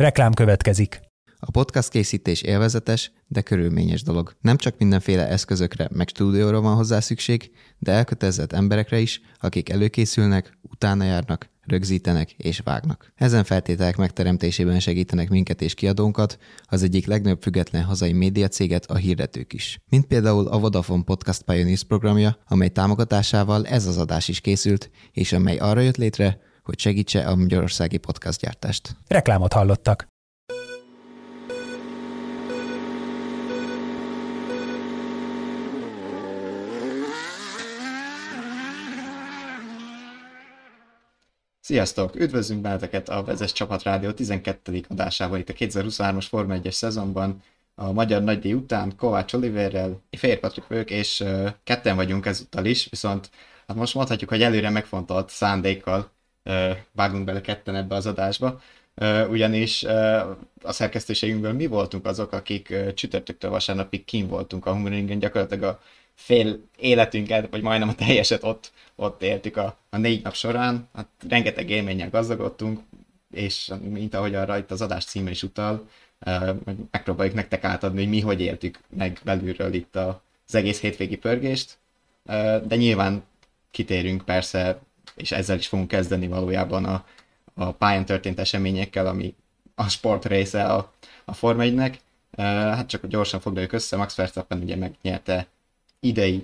Reklám következik. A podcast készítés élvezetes, de körülményes dolog. Nem csak mindenféle eszközökre meg stúdióra van hozzá szükség, de elkötelezett emberekre is, akik előkészülnek, utána járnak, rögzítenek és vágnak. Ezen feltételek megteremtésében segítenek minket és kiadónkat, az egyik legnagyobb független hazai médiacéget, a hirdetők is. Mint például a Vodafone Podcast Pioneers programja, amely támogatásával ez az adás is készült, és amely arra jött létre, hogy segítse a magyarországi podcastgyártást. Reklámot hallottak. Sziasztok! Üdvözlünk benneteket a Vezess Csapat Rádió 12. adásában itt a 2023-as Forma 1-es szezonban. A magyar nagydíj után Kovács Oliverrel, Fér Patrik vagyok, és ketten vagyunk ezúttal is, viszont hát most mondhatjuk, hogy előre megfontolt szándékkal vágunk bele ketten ebbe az adásba, ugyanis a szerkesztőségünkből mi voltunk azok, akik csütörtöktől vasárnapig kint voltunk a Hungaroringen, gyakorlatilag a fél életünket, vagy majdnem a teljeset ott éltük a 4 nap során. Hát rengeteg élménnyel gazdagodtunk, és mint ahogy arra itt az adás címe is utal, megpróbáljuk nektek átadni, hogy mi hogy éltük meg belülről itt az egész hétvégi pörgést, de nyilván kitérünk persze, és ezzel is fogunk kezdeni valójában a pályán történt eseményekkel, ami a sport része a Forma 1-nek. Hát csak gyorsan foglaljuk össze, Max Verstappen ugye megnyerte idei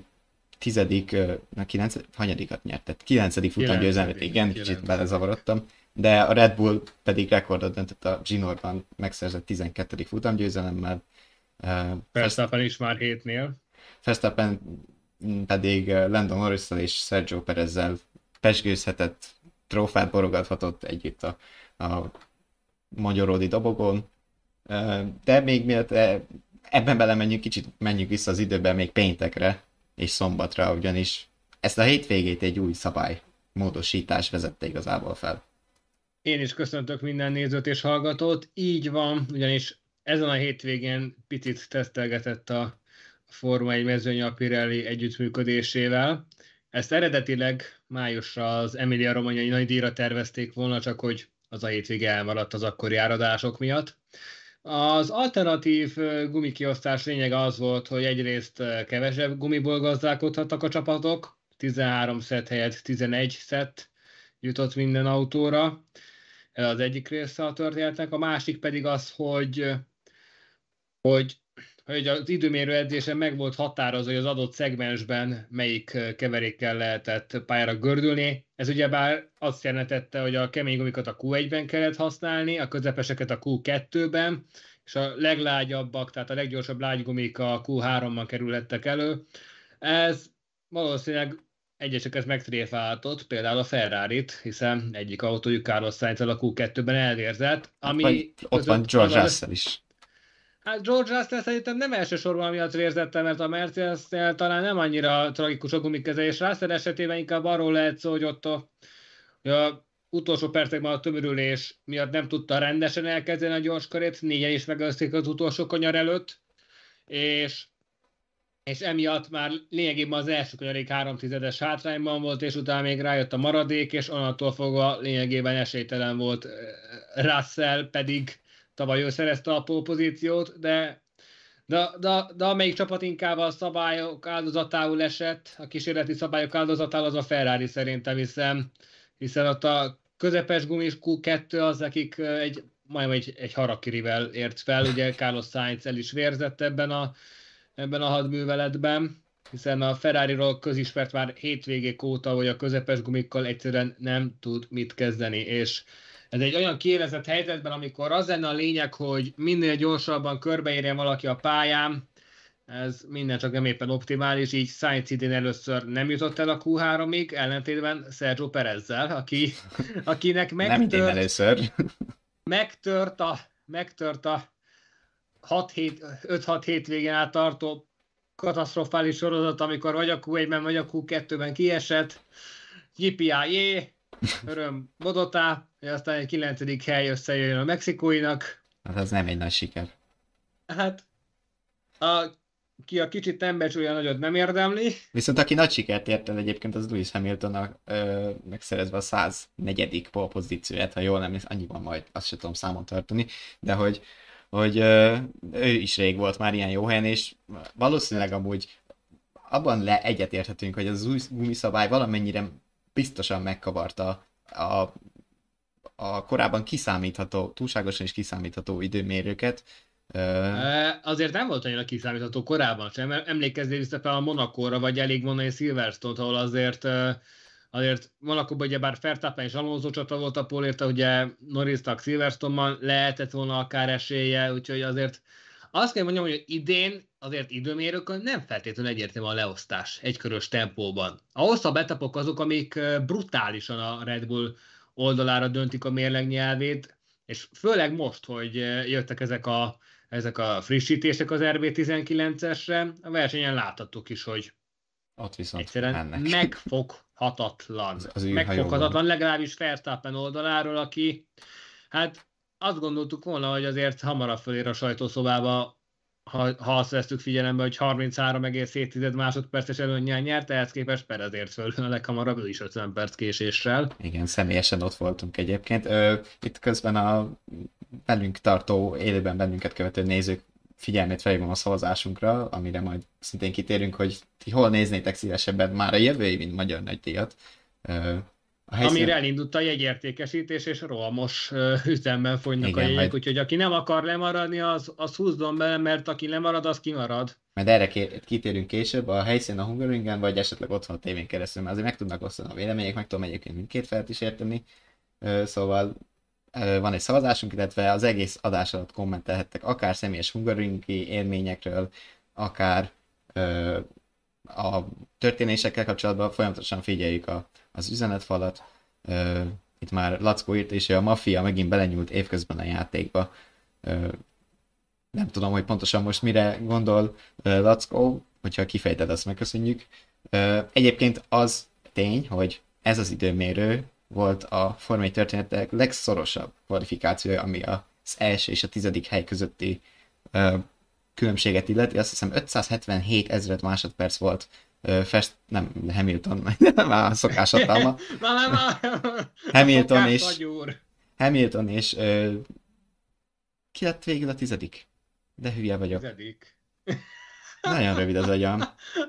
9. futamgyőzelmét, igen, kicsit belezavarodtam, de a Red Bull pedig rekordot döntött a Ginoorban megszerzett 12. futamgyőzelemmel. Verstappen is már 7-nél. Verstappen pedig Lando Norrisszal és Sergio Perezzel pezsgőzhetett, trófát borogathatott együtt a magyaródi dobogón. De még miatt ebben belemenjünk, kicsit menjünk vissza az időben még péntekre és szombatra, ugyanis ezt a hétvégét egy új szabálymódosítás vezette igazából fel. Én is köszöntök minden nézőt és hallgatót. Így van, ugyanis ezen a hétvégén picit tesztelgetett a Forma 1 mezőny a Pirelli együttműködésével. Ezt eredetileg májusra az Emilia-Romagnai nagydíjra tervezték volna, csak hogy az a hétvége elmaradt az akkori áradások miatt. Az alternatív gumikiosztás lényege az volt, hogy egyrészt kevesebb gumiból gazdálkodhattak a csapatok, 13 szett helyett 11 szett jutott minden autóra. Ez az egyik része a történetnek, a másik pedig az, hogy az időmérő edzésen meg volt határozva, hogy az adott szegmensben melyik keverékkel lehetett pályára gördülni. Ez ugyebár azt jelentette, hogy a kemény gumikat a Q1-ben kellett használni, a közepeseket a Q2-ben, és a leglágyabbak, tehát a leggyorsabb lágygumik a Q3-ban kerülhettek elő. Ez valószínűleg egyeseket megtréfáltott, például a Ferrarit, hiszen egyik autójuk Carlos Sainz-el a Q2-ben elvérzett. Ott van George Russell is. Hát George Russell szerintem nem elsősorban miatt vérzette, mert a Mercedes-nél talán nem annyira tragikus a gumikezelés. Russell esetében inkább arról lehet szó, hogy ott a utolsó percekben a tömörülés miatt nem tudta rendesen elkezdeni a gyorskörét, 4-en is megölték az utolsó kanyar előtt, és emiatt már lényegében az első kanyarig 3/10-es hátrányban volt, és utána még rájött a maradék, és onnantól fogva lényegében esélytelen volt Russell, pedig tavaly ő szerezte a pole pozíciót, de amelyik csapat inkább a szabályok áldozatául esett, a kísérleti szabályok áldozatául, az a Ferrari szerintem, hiszen ott a közepes gumis Q2 az, akik majdnem egy harakirivel ért fel, ugye Carlos Sainz el is vérzett ebben a hadműveletben, hiszen a Ferrariról közismert már hétvégék óta, hogy a közepes gumikkal egyszerűen nem tud mit kezdeni, és ez egy olyan kiélezett helyzetben, amikor az lenne a lényeg, hogy minél gyorsabban körbeérjen valaki a pályán, ez minden csak nem éppen optimális, így Sainz idén először nem jutott el a Q3-ig, ellentétben Sergio Perezzel, akinek megtört a 5-6 hétvégén át tartó katasztrofális sorozat, amikor vagy a Q1-ben, vagy a Q2-ben kiesett, yippee öröm Bodotá, és aztán egy 9. hely összejöjjön a mexikóinak. Hát az nem egy nagy siker. Hát a ki a kicsit nem becsülje, nagyot nem érdemli. Viszont aki nagy sikert ért el egyébként, az Lewis Hamiltonnak megszerezve a 104. pole pozícióját, ha jól nem, annyi van majd, azt sem tudom számon tartani, de hogy ő is rég volt már ilyen jó helyen, és valószínűleg amúgy abban egyetérthetünk, hogy az új gumiszabály valamennyire biztosan megkavarta a korábban kiszámítható, túlságosan is kiszámítható időmérőket. Azért nem volt annyira kiszámítható korábban sem, emlékezzél vissza fel a Monacóra, vagy elég mondani Silverstone-t, ahol azért Monacóban ugye bár Verstappen és Alonso csata volt a pólérte, ugye Norrisnak Silverstone-ban lehetett volna akár esélye, úgyhogy azért azt kell mondjam, hogy idén azért időmérőkön nem feltétlenül egyértelmű a leosztás egykörös tempóban. A hosszabb etapok azok, amik brutálisan a Red Bull oldalára döntik a mérleg nyelvét, és főleg most, hogy jöttek ezek a frissítések az RB19-esre, a versenyen láthattuk is, hogy ott viszont egyszerűen mennek. megfoghatatlan. Az megfoghatatlan, legalábbis Verstappen oldaláról, aki hát azt gondoltuk volna, hogy azért hamarabb fölér a sajtószobába, ha azt vesztük figyelembe, hogy 33,7 másodperces előnnyel nyert, ehhez képest Perezért föl a leghamarabb, ő is 50 perc késéssel. Igen, személyesen ott voltunk egyébként. Itt közben a velünk tartó, élőben bennünket követő nézők figyelmét felhívom a szavazásunkra, amire majd szintén kitérünk, hogy ti hol néznétek szívesebben már a jövő évi magyar nagydíjat. Amire elindult a jegyértékesítés, és rohamos üzemben fogynak igen, a jegyek, majd... úgyhogy aki nem akar lemaradni, az húzzon bele, mert aki lemarad, az kimarad. Majd erre kitérünk később, a helyszínen a Hungaroringen, vagy esetleg otthon a tévén keresztül, mert azért meg tudnak osztani a vélemények, meg tudom egyébként mindkét felet is érteni. Szóval van egy szavazásunk, illetve az egész adás alatt kommentelhettek akár személyes hungaroringi élményekről, akár a történésekkel kapcsolatban folyamatosan figyeljük az üzenetfalat. Itt már Lackó írt, és a maffia megint belenyúlt évközben a játékba. Nem tudom, hogy pontosan most mire gondol Lackó, hogyha kifejted, azt megköszönjük. Egyébként az tény, hogy ez az időmérő volt a Forma 1 történetek legszorosabb kvalifikációja, ami az első és a 10. hely közötti különbséget illeti. Azt hiszem 577 000 másodperc volt nem Hamilton, már szokás hatalma. Hamilton és ki lett végül a 10? De hülye vagyok. 10. Nagyon rövid az agyam.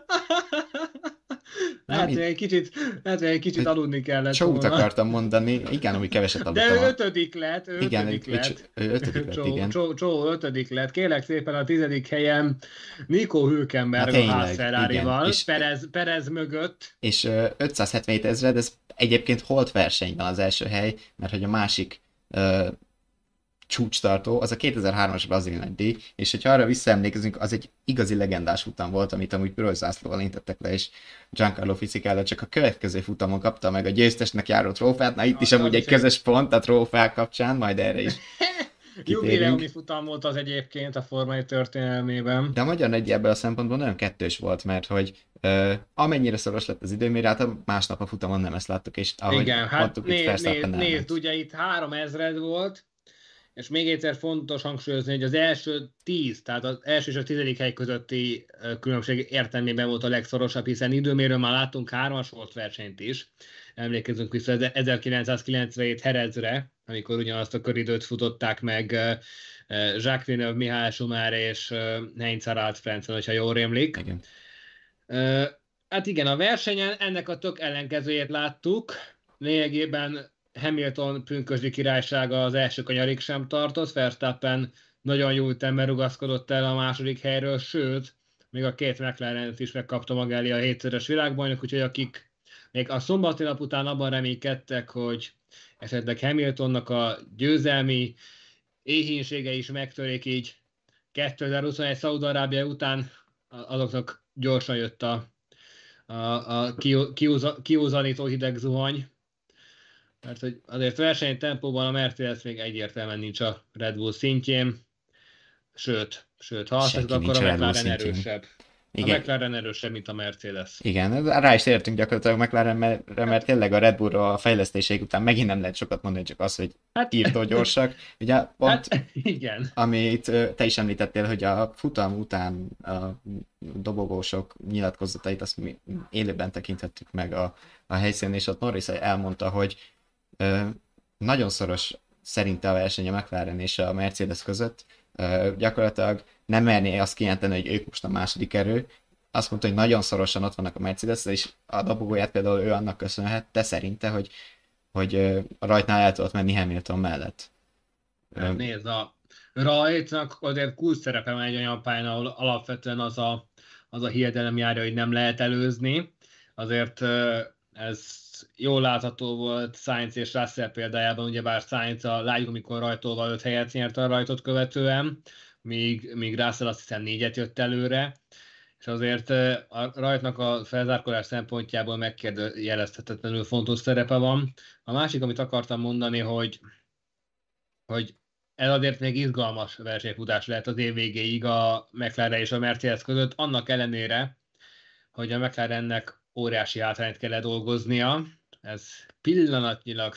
Lehet, hogy egy kicsit aludni kellett Csót akartam mondani, igen, úgy keveset aludtam. De ő 5. lett, ő 5. lett. Ő 5. lett, igen. Csó 5. lett. Kérlek szépen a 10. helyen Nico Hülkenberg a Haas Ferrarival, Perez mögött. És 577 000, ez egyébként holt versenyben az első hely, mert hogy a másik csúcstartó, az a 2003-as brazil nagydíj, és hogyha arra visszaemlékezünk, az egy igazi legendás futam volt, amit amúgy piros zászlóval intettek le, és Giancarlo Fisichella csak a következő futamon kapta meg a győztesnek járó trófeát, na itt is amúgy egy közös pont a trófeák kapcsán, majd erre is jubileumi futam volt az egyébként a Forma 1 történelmében. De a magyar nagydíj ebből a szempontból nagyon kettős volt, mert hogy amennyire szoros lett az időmérő, hát a másnap a futamon nem ezt láttuk, és ahogy igen, hát nézd, ugye itt 3000 volt, és még egyszer fontos hangsúlyozni, hogy az első 10, tehát az első és a 10. hely közötti különbség értelmében volt a legszorosabb, hiszen időmérőn már láttunk 3-as volt versenyt is. Emlékezzünk vissza 1997 Jerezre, amikor ugyanazt a köridőt futották meg Jacques Villeneuve, Michael Schumacher és Heinz Harald Frentzen, hogyha jól rémlik. Igen. Hát igen, a versenyen ennek a tök ellenkezőjét láttuk. Lényegében Hamilton pünkösdi királysága az első kanyarig sem tartott, Verstappen nagyon jó ütemben rugaszkodott el a második helyről, sőt, még a két McLaren-t is megkapta maga elé a 7-szeres világbajnok, úgyhogy akik még a szombati nap után abban reménykedtek, hogy esetleg Hamiltonnak a győzelmi éhínsége is megtörik így 2021 Szaúd-Arábia után, azoknak gyorsan jött a kiúzanító hideg zuhany. Mert hogy azért versenytempóban a Mercedes még egyértelműen nincs a Red Bull szintjén, sőt, ha azt teszek, akkor a McLaren erősebb. Igen. A McLaren erősebb, mint a Mercedes. Igen, rá is értünk gyakorlatilag McLarenre, mert tényleg a Red Bullról a fejlesztéseik után megint nem lehet sokat mondani, csak az, hogy írtó gyorsak. Ugye pont, igen. amit te is említettél, hogy a futam után a dobogósok nyilatkozatait azt mi élőben tekinthettük meg a helyszínen, és ott Norris elmondta, hogy nagyon szoros szerinte a verseny a McLaren és a Mercedes között. Gyakorlatilag nem merné azt kijelenteni, hogy ők most a második erő. Azt mondta, hogy nagyon szorosan ott vannak a Mercedes, és a dobogóját például ő annak köszönhette szerinte, hogy a rajtnál el tudott menni Hamilton mellett. Nézd, a rajtnak azért kulcs szerepe van egy olyan pályán, ahol alapvetően az a hiedelem járja, hogy nem lehet előzni. Azért ez jól látható volt Sainz és Russell példájában, ugyebár Sainz a lájgumikon rajtolva 5 helyet nyert a rajtot követően, míg Russell azt hiszem 4-et jött előre, és azért a rajtnak a felzárkózás szempontjából megkérdőjelezhetetlenül fontos szerepe van. A másik, amit akartam mondani, hogy ez azért még izgalmas versenyfutás lehet az év végéig a McLaren és a Mercedes között, annak ellenére, hogy a McLarennek óriási hátrányt kell dolgoznia. Ez pillanatnyilag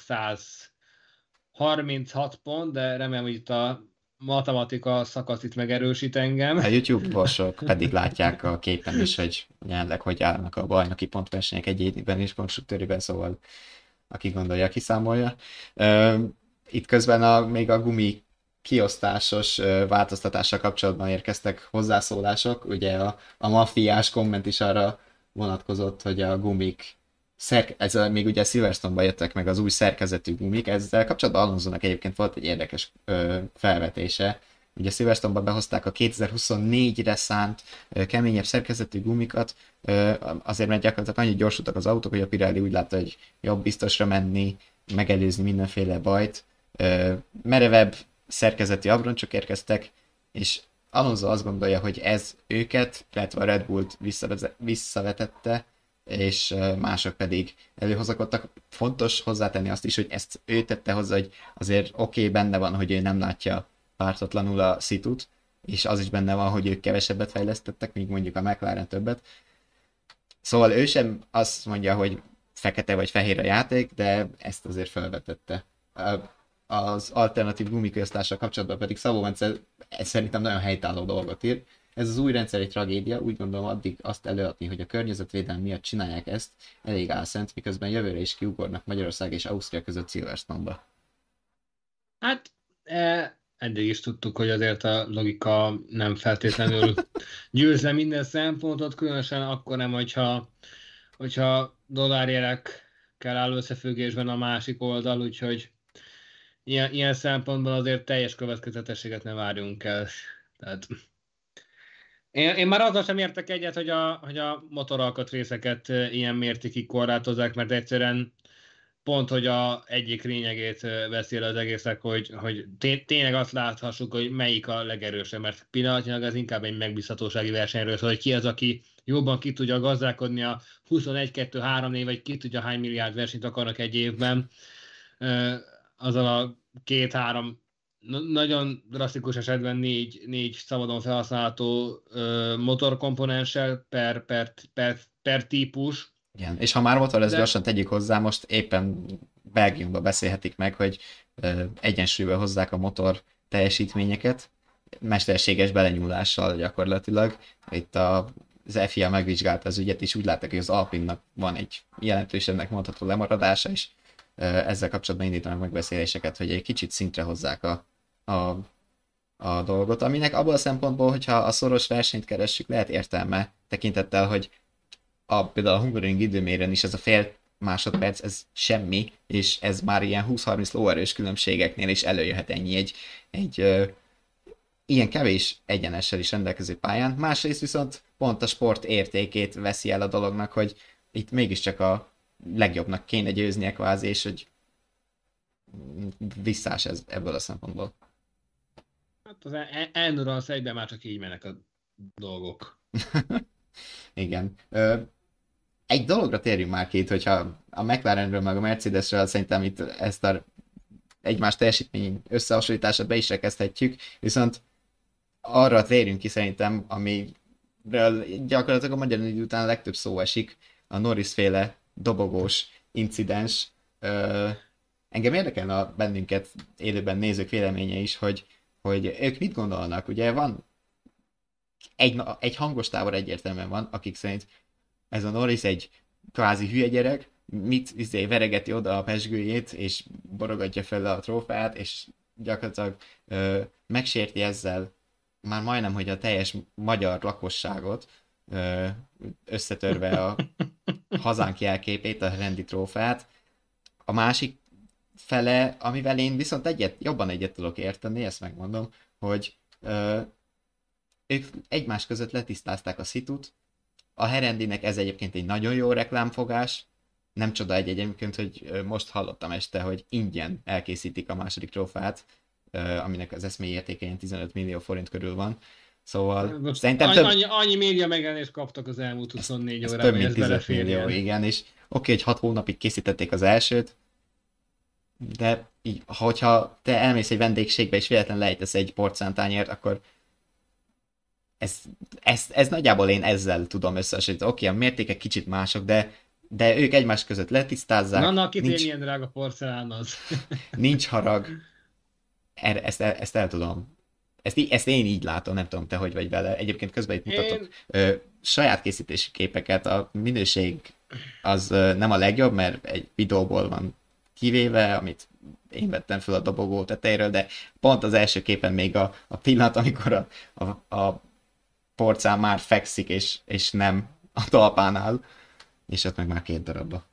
136 pont, de remélem, hogy itt a matematika szakasz itt megerősít engem. A YouTube-osok pedig látják a képen is, hogy jelenleg hogy állnak a bajnoki pontversenyek egyéniben és konstruktőriben, szóval aki gondolja, kiszámolja. Itt közben még a gumi kiosztásos változtatással kapcsolatban érkeztek hozzászólások. Ugye a maffiás komment is arra vonatkozott, hogy a gumik, még ugye Silverstone-ban jöttek meg az új szerkezetű gumik, ezzel kapcsolatban Alonsonak egyébként volt egy érdekes felvetése. Ugye Silverstone-ban behozták a 2024-re szánt keményebb szerkezetű gumikat, azért mert gyakorlatilag annyit gyorsultak az autók, hogy a Pirelli úgy látta, hogy jobb biztosra menni, megelőzni mindenféle bajt. Merevebb szerkezeti abroncsok érkeztek, és Alonso azt gondolja, hogy ez őket, illetve a Red Bullt visszavetette, és mások pedig előhozakodtak. Fontos hozzátenni azt is, hogy ezt ő tette hozzá, hogy azért oké, benne van, hogy ő nem látja pártatlanul a szitut, és az is benne van, hogy ők kevesebbet fejlesztettek, míg mondjuk a McLaren többet. Szóval ő sem azt mondja, hogy fekete vagy fehér a játék, de ezt azért felvetette. Az alternatív gumikiosztással kapcsolatban pedig Szabó Bence szerintem nagyon helytálló dolgot ír. Ez az új rendszer egy tragédia, úgy gondolom addig azt előadni, hogy a környezetvédelem miatt csinálják ezt, elég álszent, miközben jövőre is kiugornak Magyarország és Ausztria között Silverstone-ba. Hát eddig is tudtuk, hogy azért a logika nem feltétlenül győzze minden szempontot, különösen akkor nem, hogyha dollárjerekkel áll összefüggésben a másik oldal, úgyhogy ilyen szempontból azért teljes következetességet ne várjunk el. Tehát én már azzal sem értek egyet, hogy a motoralkatrészeket ilyen mértékig korlátozzák, mert egyszerűen pont, hogy egyik lényegét veszi el az egésznek, hogy tényleg azt láthassuk, hogy melyik a legerősebb, mert pillanatnyilag ez inkább egy megbízhatósági versenyről szól, hogy ki az, aki jobban ki tudja gazdálkodni a 21-2-3 év, vagy ki tudja hány milliárd versenyt akarnak egy évben, azzal a 2-3 nagyon drasztikus esetben négy szabadon felhasználható motorkomponenssel per típus. Igen, és ha már motor, ezt gyorsan tegyük hozzá, most éppen Belgiumban beszélhetik meg, hogy egyensúlyba hozzák a motor teljesítményeket, mesterséges belenyúlással gyakorlatilag. Itt az FIA megvizsgálta az ügyet, és úgy látták, hogy az Alpinnak van egy jelentősebbnek mondható lemaradása, és ezzel kapcsolatban indítanak megbeszéléseket, hogy egy kicsit szintre hozzák a dolgot, aminek abból a szempontból, hogyha a szoros versenyt keressük, lehet értelme tekintettel, hogy például a Hungaroring időméren is ez a fél másodperc, ez semmi, és ez már ilyen 20-30 lóerős különbségeknél is előjöhet ennyi egy ilyen kevés egyenessel is rendelkező pályán. Másrészt viszont pont a sport értékét veszi el a dolognak, hogy itt mégiscsak a legjobbnak kéne győznie kvázi, és hogy visszás ez ebből a szempontból. Hát az Endurance egyben már csak így mennek a dolgok. Igen. Egy dologra térjünk már ki itt, hogyha a McLarenről meg a Mercedesről szerintem itt ezt a egymás teljesítmény összehasonlítását be is kezdhetjük, viszont arra térjünk ki szerintem, ami gyakorlatilag a magyar idő után a legtöbb szó esik, a Norris-féle dobogós incidens. Engem érdekelne a bennünket élőben nézők véleménye is, hogy ők mit gondolnak. Ugye van egy hangos tábor egyértelműen van, akik szerint ez a Norris egy kvázi hülye gyerek, veregeti oda a pezsgőjét, és borogatja fel a trófeát, és gyakorlatilag megsérti ezzel már majdnem, hogy a teljes magyar lakosságot, összetörve a hazánk jelképét, a rendi trófeát. A másik fele, amivel én viszont jobban egyet tudok érteni, ezt megmondom, hogy ők egymás között letisztázták a szitut. A Herendinek ez egyébként egy nagyon jó reklámfogás. Nem csoda egyébként, hogy most hallottam este, hogy ingyen elkészítik a második trófeát, aminek az eszmei értéke ilyen 15 millió forint körül van. Szóval szerintem annyi média megjelenést kaptak az elmúlt 24 órában, több mint 15 millió, igen, és oké, hogy 6 hónapig készítették az elsőt, de így, hogyha te elmész egy vendégségbe és véletlenül lejtesz egy porcelántányért, akkor ez nagyjából én ezzel tudom összehasonlítani. Oké, a mértékek kicsit mások, de ők egymás között letisztázzák. Na, kitén ilyen drága porcelán az. Nincs harag. Ezt el tudom. Ezt én így látom, nem tudom te, hogy vagy vele. Egyébként közben itt mutatok saját készítési képeket. A minőség az nem a legjobb, mert egy videóból van kivéve, amit én vettem fel a dobogó tetejéről, de pont az első képen még a pillanat, amikor a porcelán már fekszik, és nem a talpánál, és ott meg már 2 darabba.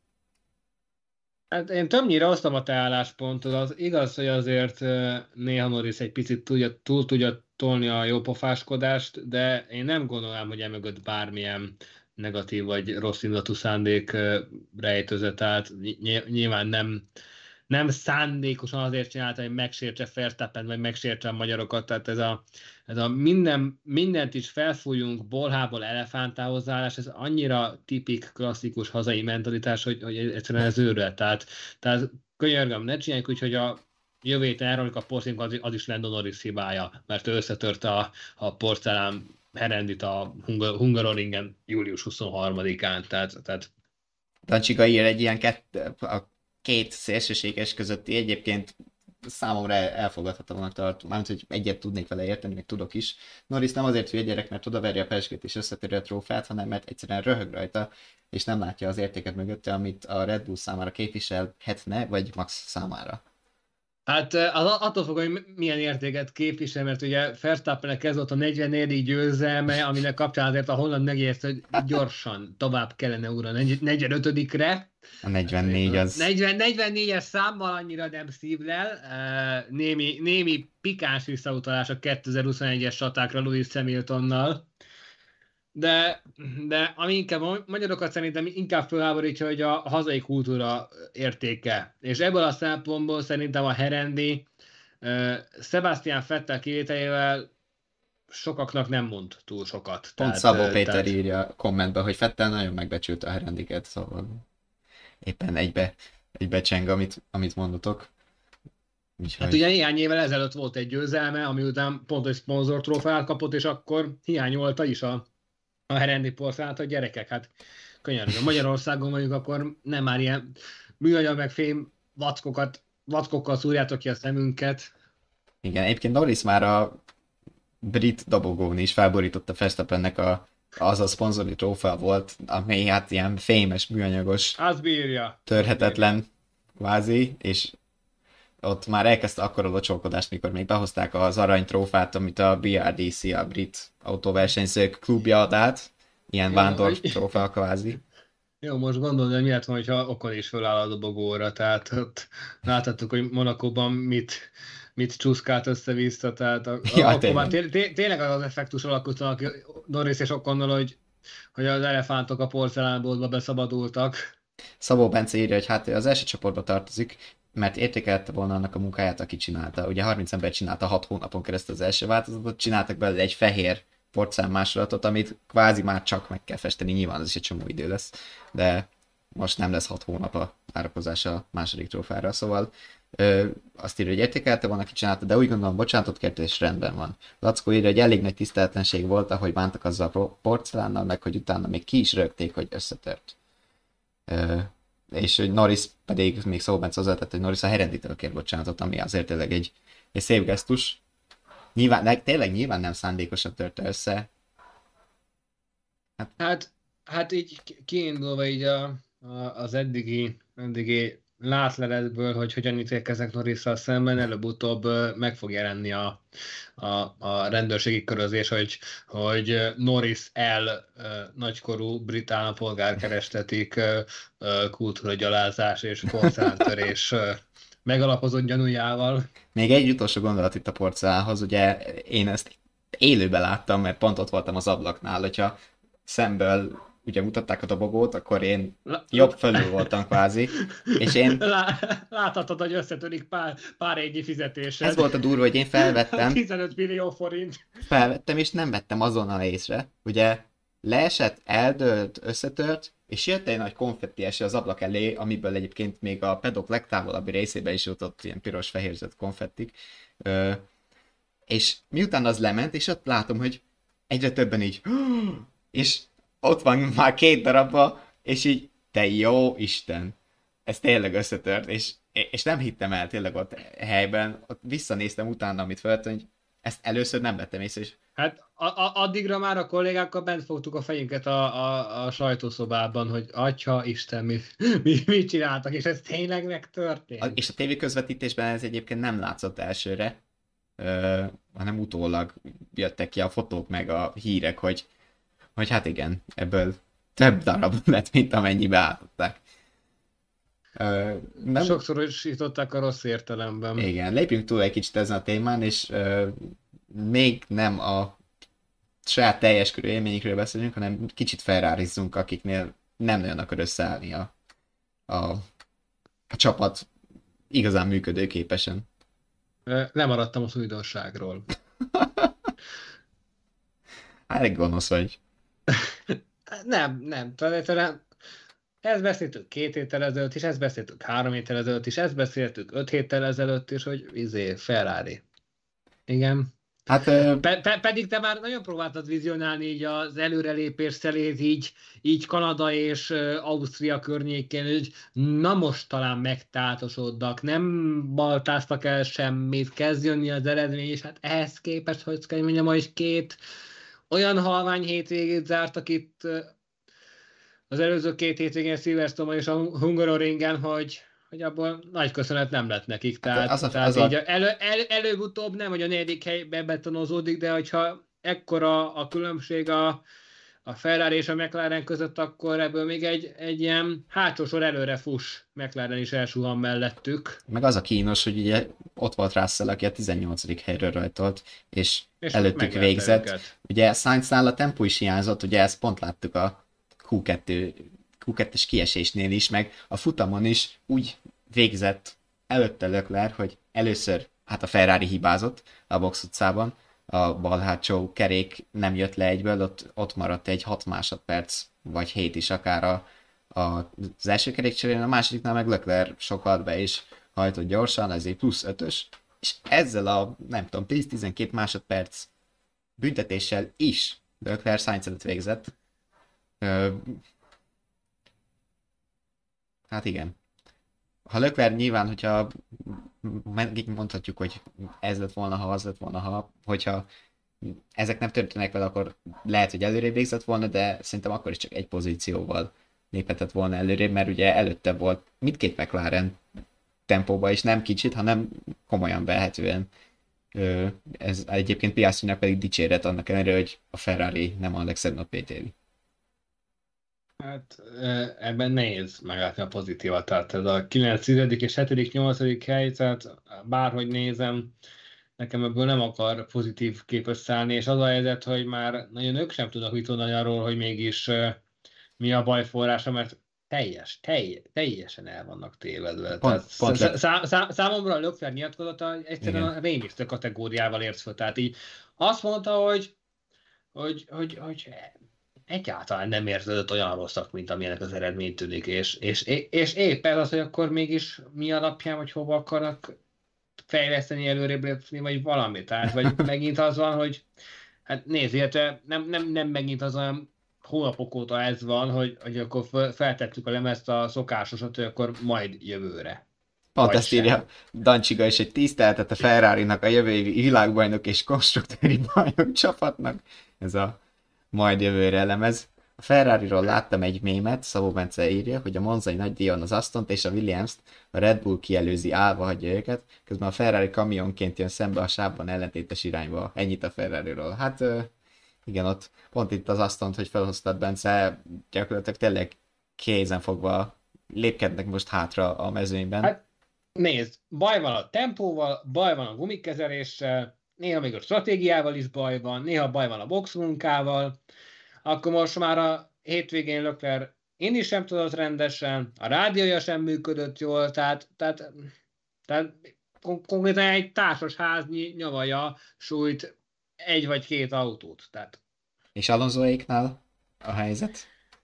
Hát én többnyire osztom a te álláspontot. Az igaz, hogy azért néha Norris egy picit túl tudja tolni a jópofáskodást, de én nem gondolom, hogy emögött bármilyen negatív vagy rossz indulatú szándék rejtőzött. Tehát nyilván nem szándékosan azért csinálta, hogy megsértse Verstappen, vagy megsértse a magyarokat. Tehát ez a mindent is felfújunk, bolhából elefántához állás, ez annyira tipik, klasszikus hazai mentalitás, hogy egyszerűen ez őrület. Tehát könyörgöm, ne csináljuk úgy, hogy a jövő héten elromlik a porszínk, az is Lando Norris hibája, mert ő összetörte a porcelán Herendit a Hungaroringen július 23-án. Tehát... Dancsika ír egy ilyen két szélsőséges közötti egyébként számomra elfogadhatónak tartom, mármint, hogy egyet tudnék vele érteni, meg tudok is. Norris nem azért hülye gyerek, mert odaverje a pezsgőt és összetöri a trófeát, hanem mert egyszerűen röhög rajta, és nem látja az értéket mögötte, amit a Red Bull számára képviselhetne, vagy Max számára. Hát attól fog, hogy milyen értéket képvisel, mert ugye Verstappennek ez volt a 44. győzelme, aminek kapcsán azért a holland megérte, hogy gyorsan tovább kellene ugrani 45-re. A 44 az... 44-es számmal annyira nem szívlel. Némi pikáns visszautalás a 2021-es csatákra Lewis Hamiltonnal. De ami inkább magyarokat szerintem inkább fölháborítja, hogy a hazai kultúra értéke. És ebből a szempontból szerintem a Herendi Sebastian Vettel kivételével sokaknak nem mond túl sokat. Pont Szabó Péter írja kommentben, hogy Vettel nagyon megbecsülte a Herendiket, szóval éppen egybe cseng, amit mondotok. Úgyhogy... Hát ugye néhány évvel ezelőtt volt egy győzelme, ami után pont egy szponzortrófeát kapott, és akkor hiányolta is a Herendi porcelánat, hogy gyerekek, hát könyörgöm, Magyarországon mondjuk akkor nem már ilyen műanyag meg fém vackokkal szúrjátok ki a szemünket. Igen, egyébként Norris már a brit dobogón is felborította Verstappennek az a szponzori trófea volt, ami hát ilyen fémes, műanyagos, az bírja. Törhetetlen kvázi, és ott már elkezdte akkora locsolkodást, mikor még behozták az aranytrófát, amit a BRDC, a Brit Autóversenyzők klubja ad át, ilyen vándor trófea kvázi. Jó, most gondolod, hogy mi lett volna, hogyha Ocon is föláll a dobogóra, tehát ott láthattuk, hogy Monakóban mit csúszkált össze-vissza, tehát akkor már tényleg az effektus alakultanak Norris és Oconnal, hogy az elefántok a porcelánboltba beszabadultak. Szabó Bence írja, hogy hát ő az első csoportba tartozik, mert értékelte volna annak a munkáját, aki csinálta. Ugye 30 ember csinálta 6 hónapon keresztül az első változatot, csináltak belőle egy fehér porcelán másolatot, amit kvázi már csak meg kell festeni, nyilván ez is egy csomó idő lesz, de most nem lesz 6 hónap a várakozás a második trófára, szóval Azt írja, hogy értékelte volna, ki csinálta, de úgy gondolom, bocsánatot kért, és rendben van. Lackó írja, hogy elég nagy tiszteletlenség volt, ahogy bántak azzal a porcelánnal, meg hogy utána még ki is rögték, hogy összetört. És hogy Norris pedig még Szóbenc hozzátett, hogy Norris a Herenditől kér bocsánatot, ami azért tényleg egy szép gesztus. Tényleg nyilván nem szándékosan törte össze. Hát így kiindulva így az eddigi látleletből, hogy hogyan ítélkeznek Norrisszal szemben, előbb-utóbb meg fog jelenni a rendőrségi körözés, hogy Norris nagykorú brit állampolgár kerestetik kultúragyalázás és porcelántörés megalapozott gyanújával. Még egy utolsó gondolat itt a porcelánhoz, ugye én ezt élőben láttam, mert pont ott voltam az ablaknál, hogyha szemből ugye mutatták a dobogót, akkor én jobb fölül voltam kvázi, és én... Láthatod, hogy összetörik pár égyi fizetésed. Ez volt a durva, hogy én felvettem. 15 millió forint. Felvettem, és nem vettem azonnal észre. Ugye leesett, eldőlt, összetört, és jött egy nagy konfetti eső az ablak elé, amiből egyébként még a pedok legtávolabbi részébe is jutott ilyen piros-fehérzett konfettik. És miután az lement, és ott látom, hogy egyre többen így... És ott van már 2 darabba, és így, te jó Isten, ez tényleg összetört, és nem hittem el tényleg ott helyben, ott visszanéztem utána, amit felvettem, hogy ezt először nem vettem észre, és... Hát addigra már a kollégákkal bent fogtuk a fejünket a sajtószobában, hogy atya Isten, mit csináltak, és ez tényleg megtörtént. És a tévéközvetítésben ez egyébként nem látszott elsőre, hanem utólag jöttek ki a fotók meg a hírek, hogy hát igen, ebből több darab lett, mint amennyibe átadták. Sokszorosították a rossz értelemben. Igen, lépjünk túl egy kicsit ezen a témán, és még nem a saját teljes körű élményükről beszélünk, hanem kicsit felrárizzunk, akiknél nem nagyon akar összeállni a csapat igazán működőképesen. Lemaradtam az újdonságról. Elég gonosz vagy. Nem. Talán ezt beszéltük 2 héttel ezelőtt is, ezt beszéltük 3 héttel ezelőtt is, ezt beszéltük 5 héttel ezelőtt is, hogy Ferrari. Igen. Hát, pedig te már nagyon próbáltad vizionálni így az előrelépés szelét, így Kanada és Ausztria környékén, hogy na most talán megtátosodnak, nem baltáztak el semmit, kezd jönni az eredmény, és hát ehhez képest, hogy kell mondjam, hogy 2 olyan halvány hétvégét zártak itt az előző 2 hétvégén Silverstone és a Hungaroringen, hogy abból nagy köszönet nem lett nekik. Tehát így előbb-utóbb nem, hogy a 4. helybe betonozódik, de hogyha ekkora a különbség a Ferrari és a McLaren között, akkor ebből még egy ilyen hátsó sor előre fuss McLaren is elsuhan mellettük. Meg az a kínos, hogy ugye ott volt Russell, aki a 18. helyről rajtolt, és előttük végzett. Őket. Ugye Sainznál a tempó is hiányzott, ugye ezt pont láttuk a Q2-es kiesésnél is, meg a futamon is úgy végzett előtte Leclerc, hogy először hát a Ferrari hibázott a box utcában, a bal hátsó kerék nem jött le egyből, ott maradt egy 6 másodperc, vagy 7 is akár az első kerékcserén, a másodiknál meg Leclerc sokat be is hajtott gyorsan, ezért plusz 5-ös, és ezzel a nem tudom 10-12 másodperc büntetéssel is Leclerc Sainz előtt végzett. Hát igen. Ha Leclerc nyilván, hogyha mondhatjuk, hogy ez lett volna, ha az lett volna, hogyha ezek nem történnek vele, akkor lehet, hogy előrébb végzett volna, de szerintem akkor is csak egy pozícióval léphetett volna előrébb, mert ugye előtte volt mindkét McLaren tempóban is nem kicsit, hanem komolyan vehetően. Ez egyébként Piastrinak pedig dicséret annak ellenére, hogy a Ferrari nem a legszebb napjait éli. Hát ebben nehéz meglátni a pozitívat, tehát ez a 9., 10. és 7., 8. hely, tehát bárhogy nézem, nekem ebből nem akar pozitív kép összeállni, és az a helyzet, hogy már nagyon ők sem tudnak mit mondani arról, hogy mégis mi a baj forrása, mert teljesen el vannak tévedve. Számomra a Leclerc nyilatkozata egyszerűen a rémisztő kategóriával ért fel. Tehát így azt mondta, hogy egyáltalán nem érződött olyan rosszak, mint amilyenek az eredmény tűnik, és éppen az, hogy akkor mégis mi alapján, vagy hova akarnak fejleszteni, előrébb lépni, vagy valami. Tehát, vagy megint az van, hogy hát nézd, illetve nem megint az olyan hónapok óta ez van, hogy akkor feltettük a lemezt a szokásosat, hogy akkor majd jövőre. Pont ezt írja Dancsiga is, egy tiszteltet a Ferrari-nak a jövő évi világbajnok és konstruktőri bajnok csapatnak. Ez a majd jövőre lemez. A Ferrariról láttam egy mémet, Szabó Bence írja, hogy a monzai nagydíjon az Astont és a Williams-t a Red Bull kielőzi, állva hagyja őket, közben a Ferrari kamionként jön szembe a sávban ellentétes irányba. Ennyit a Ferrariról. Hát igen, ott pont itt az Astont, hogy felhoztad, Bence, gyakorlatilag tényleg kézen fogva lépkednek most hátra a mezőnyben. Hát nézd, baj van a tempóval, baj van a gumikezeléssel, néha még a stratégiával is baj van, néha baj van a boxmunkával, akkor most már a hétvégén Leclerc inni sem tudott rendesen, a rádiója sem működött jól, tehát konkrétan egy társasháznyi nyavaja sújt egy vagy két autót. Tehát. És Alonsoéknál a helyzet?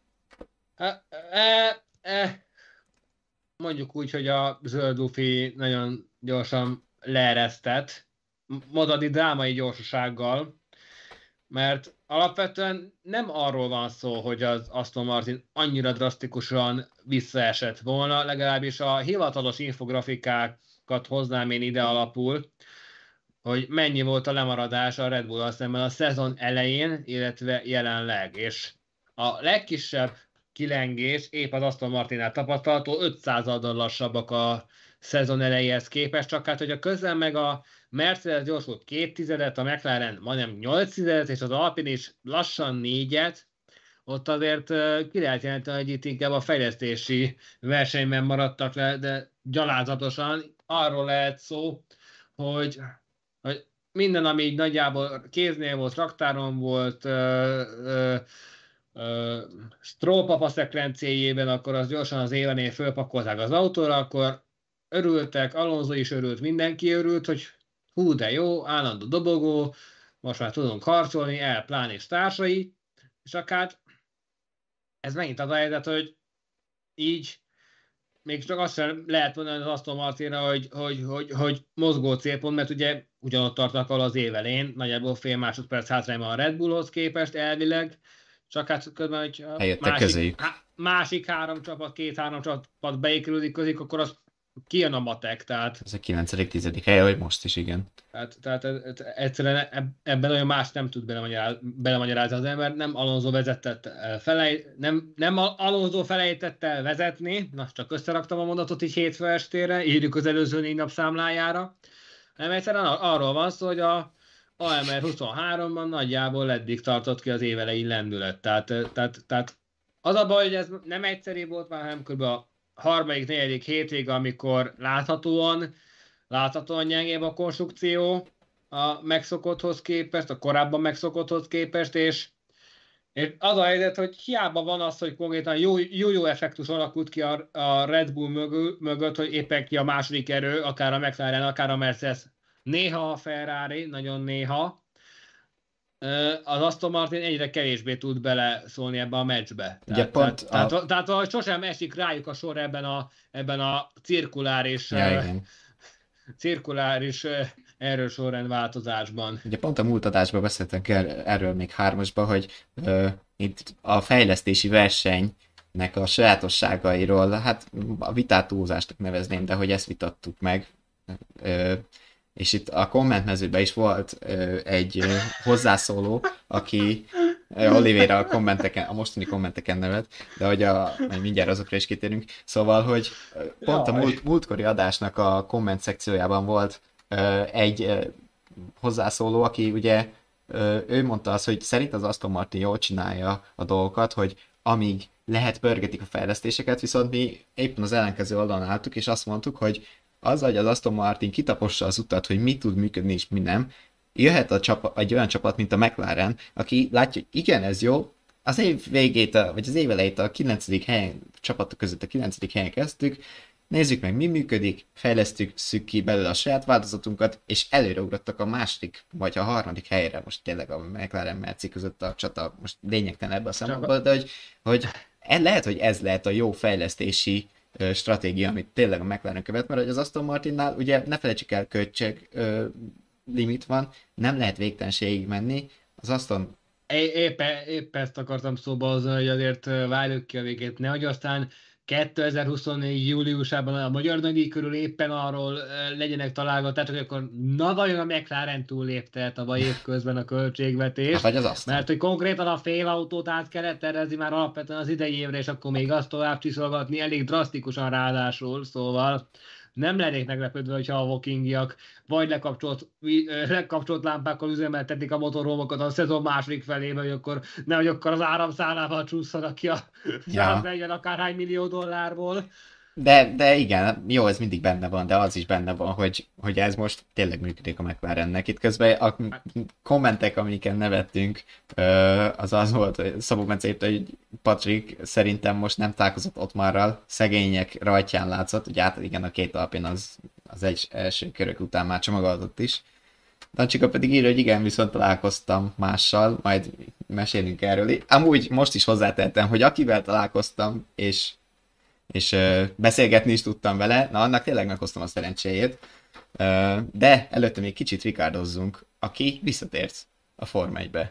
Mondjuk úgy, hogy a zöld lufi nagyon gyorsan leeresztett, modadi drámai gyorsasággal, mert alapvetően nem arról van szó, hogy az Aston Martin annyira drasztikusan visszaesett volna, legalábbis a hivatalos infografikákat hoznám én ide alapul, hogy mennyi volt a lemaradás a Red Bull-al szemben a szezon elején, illetve jelenleg, és a legkisebb kilengés épp az Aston Martinnál tapasztalható, 5%-kal lassabbak a szezon elejéhez képest, csak hát, hogy a közel meg a Mercedes gyorsult 2 a McLaren majdnem 8 és az Alpine is lassan 4-et, ott azért ki lehet jelenteni, hogy itt inkább a fejlesztési versenyben maradtak le, de gyalázatosan arról lehet szó, hogy minden, ami így nagyjából kéznél volt, raktáron volt, Stroll papa szekrencéjében, akkor az gyorsan az évenél fölpakolták az autóra, akkor örültek, Alonso is örült, mindenki örült, hogy hú, de jó, állandó dobogó, most már tudunk harcolni, Plán és társai, és akár ez megint az a helyzet, hogy így még csak azt sem lehet mondani az Aston Martinra, hogy mozgó célpont, mert ugye ugyanott tartanak ahol az év elején, nagyjából fél másodperc hátrányban a Red Bullhoz képest elvileg, csak hát közben, hogy másik két-három csapat beékelődik közük, akkor az kijön a matek, tehát... Ez a 9.-10. helye, hogy most is, igen. Tehát egyszerűen ebben olyan más nem tud belemagyarázni az ember, nem Alonso vezetett nem Alonso felejtett el vezetni, na csak összeraktam a mondatot így hétfő estére, írjuk az előző 4 nap számlájára, hanem egyszerűen arról van szó, hogy a AMR 23-ban nagyjából eddig tartott ki az évelei lendület. Tehát az a baj, hogy ez nem egyszerű volt már, hanem kb. A harmadik, negyedik hétvége, amikor láthatóan gyengébb a konstrukció a megszokotthoz képest, a korábban megszokotthoz képest, és az a helyzet, hogy hiába van az, hogy konkrétan jó effektus alakult ki a Red Bull mögött, hogy éppen ki a második erő, akár a McLaren, akár a Mercedes, néha a Ferrari, nagyon néha, az Aston Martin egyre kevésbé tud beleszólni ebbe a meccsbe. Tehát sosem esik rájuk a sor ebben a cirkuláris erősorrend változásban. Ugye pont a múlt adásban beszéltünk erről még 3-asban, hogy itt a fejlesztési versenynek a sajátosságairól, hát a vitát túlzásnak nevezném, de hogy ezt vitattuk meg. És itt a kommentmezőben is volt egy hozzászóló, aki Oliveira a mostani kommenteken nevet, de hogy majd mindjárt azokra is kitérünk. Szóval, hogy pont a múltkori adásnak a komment szekciójában volt egy hozzászóló, aki ugye ő mondta azt, hogy szerint az Aston Martin jól csinálja a dolgokat, hogy amíg lehet pörgetik a fejlesztéseket, viszont mi éppen az ellenkező oldalon álltuk, és azt mondtuk, hogy azzal, hogy az Aston Martin kitapossa az utat, hogy mi tud működni és mi nem, jöhet egy olyan csapat, mint a McLaren, aki látja, hogy igen, ez jó, az év végét, vagy az év elejét a 9. helyen, csapatok között a 9. helyen kezdtük, nézzük meg, mi működik, fejlesztjük ki belőle a saját változatunkat, és előreugrottak a második, vagy a harmadik helyre, most tényleg a McLaren Merci között a csata most lényegtelen ebben a szempontból, de hogy lehet, hogy ez lehet a jó fejlesztési stratégia, amit tényleg a McLaren követ, mert az Aston Martinnál ugye ne felejtsük el, költség limit van, nem lehet végtelenségig menni, az Aston... Épp ezt akartam szóba hozni, hogy azért várjuk ki a végét, nehogy aztán 2024. júliusában a Magyar Nagydíj körül éppen arról legyenek találgatások, hogy akkor na vajon a McLaren túllépte tavaly évközben a költségvetést, vagy az Aston. mert hogy konkrétan a fél autót át kellett tervezni már alapvetően az idei évre, és akkor még azt tovább csiszolgatni elég drasztikusan ráadásul, szóval nem lennék meglepődve, hogyha a Wokingiak vagy lekapcsolt lámpákkal üzemeltetik a motorhomokat a szezon második felébe, hogy akkor nehogy akkor az áramszálával csúszanak ki a 140 akárhány millió dollárból. De igen, jó, ez mindig benne van, de az is benne van, hogy ez most tényleg működik a McLarennek. Itt közben a kommentek, amiken nevettünk, az volt, hogy Szabó Bence írta, hogy Patrik szerintem most nem találkozott Ottmarral, szegények rajtján látszott, ugye igen, a két alpin az első körök után már csomagoltott is. Dancsika pedig írja, hogy igen, viszont találkoztam mással, majd mesélünk erről. Amúgy most is hozzátettem, hogy akivel találkoztam, és beszélgetni is tudtam vele, na annak tényleg meghoztam a szerencséjét, de előtte még kicsit ricardozzunk, aki visszatért a Forma 1-be.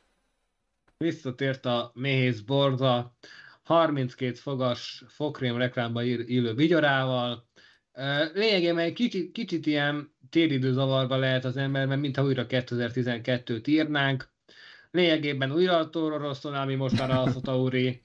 Visszatért a Méhész Borza, 32 fogas fokrém reklámba illő vigyorával. Lényegében egy kicsit ilyen téridőzavarba lehet az ember, mert mintha újra 2012-t írnánk. Lényegében újra a Toro Rosso, ami most már Alfa Tauri.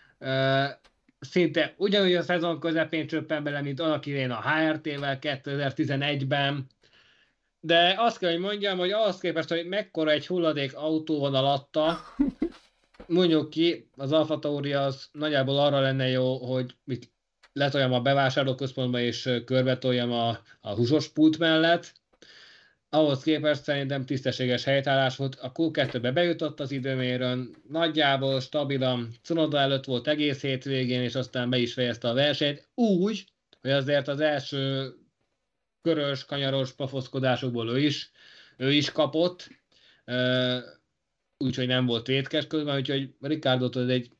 Szinte ugyanúgy a szezon közepén csöppen bele, mint annak idején a HRT-vel 2011-ben. De azt kell, hogy mondjam, hogy ahhoz képest, hogy mekkora egy hulladék autó van alatta, mondjuk ki, az Alfa Tauri az nagyjából arra lenne jó, hogy mit letoljam a bevásárlóközpontba és körbetoljam a húsos pult mellett. Ahhoz képest szerintem tisztességes helytállás volt. A Q2-be bejutott az időmérőn, nagyjából stabilan, Cunoda előtt volt egész hétvégén, és aztán be is fejezte a versenyt. Úgy, hogy azért az első körös, kanyaros pafoszkodásokból ő is kapott, úgyhogy nem volt vétkes közben, úgyhogy Ricardot az egy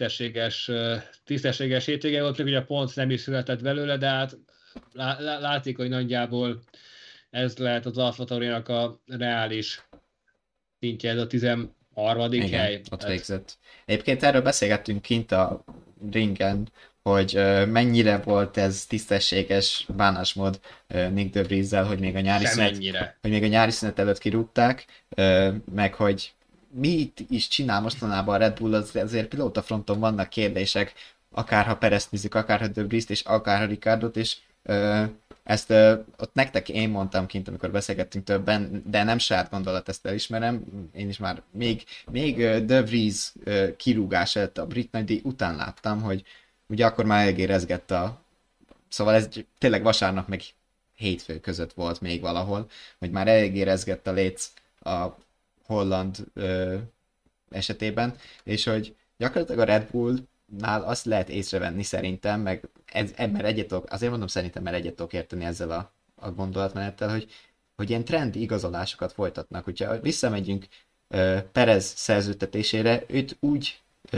tisztességes hétvége volt, még ugye a pont nem is született belőle, de hát látszik, hogy nagyjából ez lehet az Alfa Taurinak a reális szintje, ez a 13. Igen, hely. Ott végzett. Egyébként erről beszélgettünk kint a ringen, hogy mennyire volt ez tisztességes bánásmód Nick de Vrieszel, hogy még a nyári szünet előtt kirúgták, meg hogy mit is csinál mostanában a Red Bull, azért pilótafronton vannak kérdések, akár ha Perezt nézzük, akár ha de Vriest, és akár ha Ricardot, és ezt ott nektek én mondtam kint, amikor beszélgettünk többen, de nem saját gondolat, ezt elismerem, én is már még de Vries kirúgás előtt a brit nagydíj után láttam, hogy ugye akkor már eléggé rezgett szóval ez tényleg vasárnap meg hétfő között volt még valahol, hogy már eléggé rezgett a léc a holland esetében, és hogy gyakorlatilag a Red Bullnál azt lehet észrevenni szerintem, meg azért mondom szerintem, mert egyet tudok érteni ezzel a gondolatmenettel, hogy ilyen trendi igazolásokat folytatnak. Hogyha visszamegyünk Perez szerződtetésére, őt úgy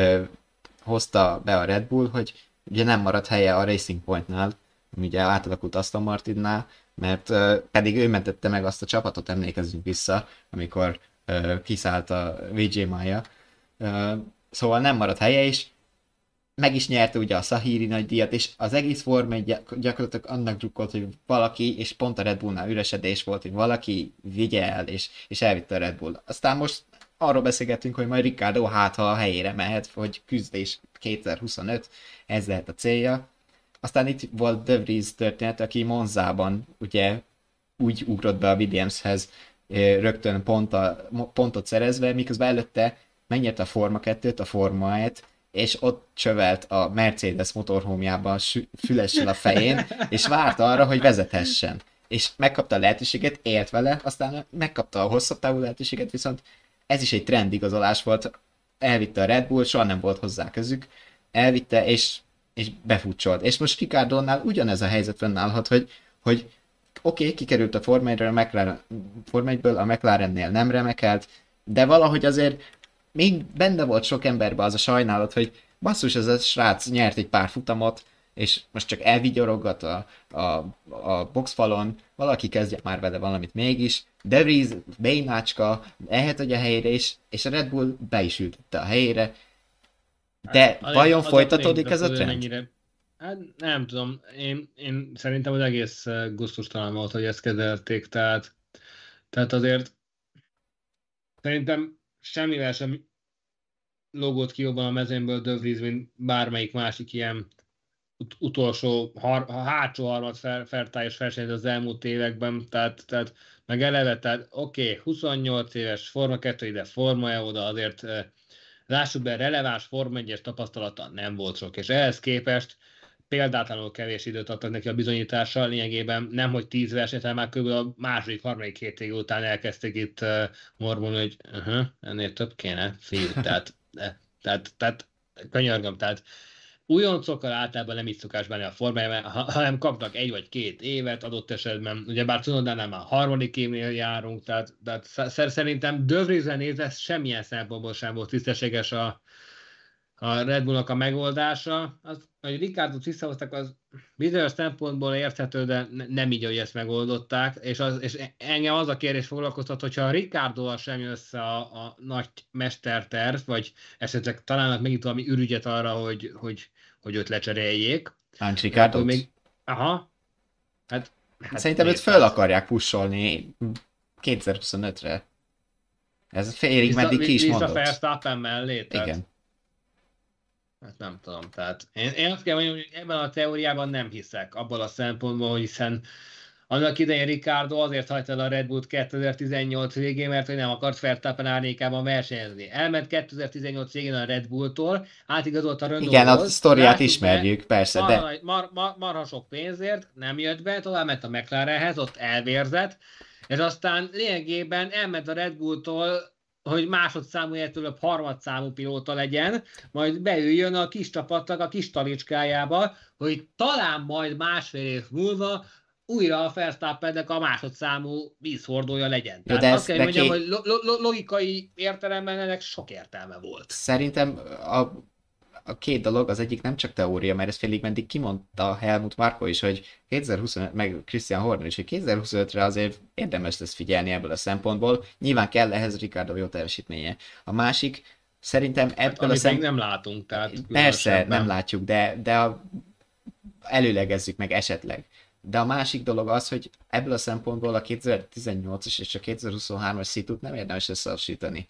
hozta be a Red Bull, hogy ugye nem maradt helye a Racing Pointnál, ugye átalakult Aston Martinnál, mert pedig ő mentette meg azt a csapatot, emlékezzünk vissza, amikor kiszállt a VJ Maya. Szóval nem maradt helye, és meg is nyerte ugye a Szahíri nagydíjat, és az egész Forma 1 gyakorlatilag annak drukkolt, hogy valaki, és pont a Red Bullnál üresedés volt, hogy valaki vigye el, és elvitte a Red Bull. Aztán most arról beszélgettünk, hogy majd Ricciardo ha a helyére mehet, hogy küzdés 2025, ez lehet a célja. Aztán itt volt De Vries történet, aki Monzában ugye úgy ugrott be a Williamshez rögtön pontot szerezve, miközben előtte megnyerte a Forma 2-t, a Forma 1-t, és ott csövelt a Mercedes motorhómjában fülessel a fején, és várta arra, hogy vezethessen. És megkapta a lehetőséget, élt vele, aztán megkapta a hosszabb távú lehetőséget, viszont ez is egy trendigazolás volt. Elvitte a Red Bull, soha nem volt hozzá közük. Elvitte, és és befutcsolt. És most Ricciardónál ugyanez a helyzet fennállhat, hogy oké, kikerült a Forma 1-ből, a McLarennél nem remekelt, de valahogy azért még benne volt sok emberben az a sajnálat, hogy basszus, ez a srác nyert egy pár futamot, és most csak elvigyoroggat a boxfalon, valaki kezdje már vele valamit mégis, De Vries bénácska elhetett a helyére, és a Red Bull be is ültette a helyére, de vajon folytatódik ez a trend? Mennyire... Hát nem tudom, én szerintem az egész gusztustalan volt, hogy ezt kezelték, tehát azért szerintem semmivel sem lógott ki jobban a mezőnyből De Vries, mint bármelyik másik ilyen utolsó, hátsó harmad fertályos versenyt az elmúlt években, tehát meg eleve, tehát oké, 28 éves, Forma 2 ide, Forma E oda, azért lássuk be, releváns Forma 1-es tapasztalata nem volt sok, és ehhez képest példátlanul kevés időt adtak neki a bizonyításra, lényegében nem, hogy 10 versenyt, hanem már kb. A második, harmadik hétvég után elkezdték itt mormolni, hogy ennél több kéne, fiú, tehát könyörgöm, tehát újoncokkal általában nem így szokás benni a formájában, hanem kapnak 1 vagy 2 évet adott esetben. Ugyebár Cunodánál már harmadik évnél járunk, tehát szerintem De Vriesre nézve semmilyen szempontból sem volt tisztességes a Red Bullnak a megoldása. Az, hogy Ricciardót visszahoztak, az bizonyos szempontból érthető, de nem így, hogy ezt megoldották. És engem az a kérdés foglalkoztat, hogyha a Ricciardóval sem jön össze a nagy mesterterv, vagy esetleg találnak megint valami ürügyet arra, hogy őt lecseréljék. Lánc Ricciardót? Aha. Hát szerintem őt föl akarják pusolni 2025-re. Ez félig meddig ki is mondott. Vissza Verstappen mellé? Igen. Hát nem tudom, tehát én azt kell mondjam, hogy ebben a teóriában nem hiszek, abban a szempontból, hogy hiszen annak idején Ricciardo azért hagyta el a Red Bullt 2018 végén, mert hogy nem akart Verstappen árnyékában versenyezni. Elment 2018 végén a Red Bulltól, átigazolt a Renaulthoz. Igen, a sztoriát ismerjük, persze, de... Marha sok pénzért, nem jött be, tovább ment a McLarenhez, ott elvérzett, és aztán lényegében elment a Red Bulltól, hogy másodszámú értőlőbb harmadszámú pilóta legyen, majd beüljön a kis csapatnak a kis talicskájába, hogy talán majd másfél év múlva újra a Verstappennek a másodszámú vízhordója legyen. Tehát de azt kell mondjam, hogy logikai értelemben ennek sok értelme volt. Szerintem a két dolog, az egyik nem csak teória, mert ezt félig meddig kimondta Helmut Marko is, hogy 2025, meg Christian Horner is, hogy 2025-re azért érdemes lesz figyelni ebből a szempontból. Nyilván kell ehhez Ricciardo jó teljesítménye. A másik, szerintem ebből a szempontból... nem látunk, tehát... Persze, nem látjuk, de előlegezzük meg esetleg. De a másik dolog az, hogy ebből a szempontból a 2018-as és a 2023-as szitut nem érdemes összehasonlítani.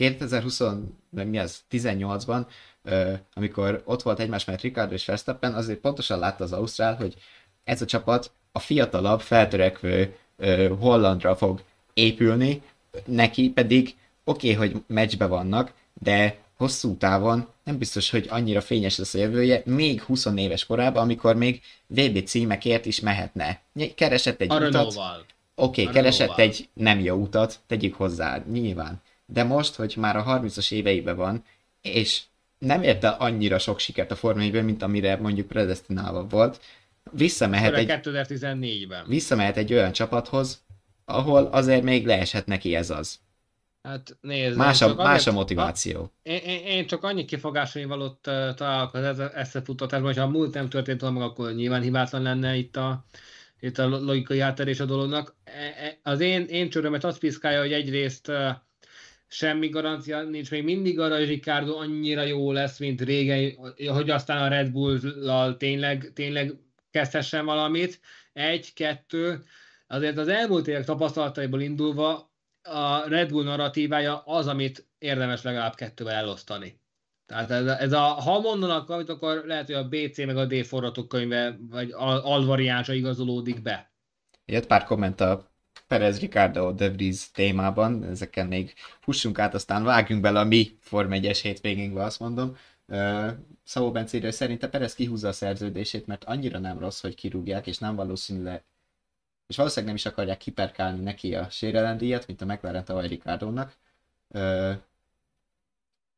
2018-ban, amikor ott volt egymás mellett Ricciardo és Verstappen, azért pontosan látta az Ausztrál, hogy ez a csapat a fiatalabb, feltörekvő hollandra fog épülni, neki pedig oké, hogy meccsbe vannak, de hosszú távon nem biztos, hogy annyira fényes lesz a jövője, még 20 éves korában, amikor még VB címekért is mehetne. Keresett egy utat. Oké, keresett egy nem jó utat, tegyük hozzá, nyilván. De most, hogy már a 30-as éveiben van, és nem ért el annyira sok sikert a Forma 1-ben, mint amire mondjuk predestinálva volt, visszamehet 2014-ben. Visszamehet egy olyan csapathoz, ahol azért még leeshet neki ez az. Hát nézd, más a motiváció. Én csak annyi kifogásolni valót találok az összefuttatásban, hogyha a múlt nem történt volna meg, akkor nyilván hibátlan lenne itt a logikai hátterés a dolognak. Az én csörömet azt piszkálja, hogy egyrészt semmi garancia nincs még mindig arra, hogy Ricciardo annyira jó lesz, mint régen, hogy aztán a Red Bull-lal tényleg kezdhessen valamit. 1-2, azért az elmúlt évek tapasztalataiból indulva a Red Bull narratívája az, amit érdemes legalább 2-vel elosztani. Tehát ez ha mondanak amit, akkor lehet, hogy a BC meg a D forgatókönyve, vagy alvariánsa igazolódik be. Jött pár komment a Perez, Ricciardo, De Vries témában, ezeken még fussunk át, aztán vágjunk bele a mi Forma 1-es hétvégénkbe, azt mondom. Szabó Bencéről szerinte Perez kihúzza a szerződését, mert annyira nem rossz, hogy kirúgják, és nem valószínűleg és valószínűleg nem is akarják kiperkálni neki a sérelemdíjat, mint a McLaren tavaly Ricciardónak.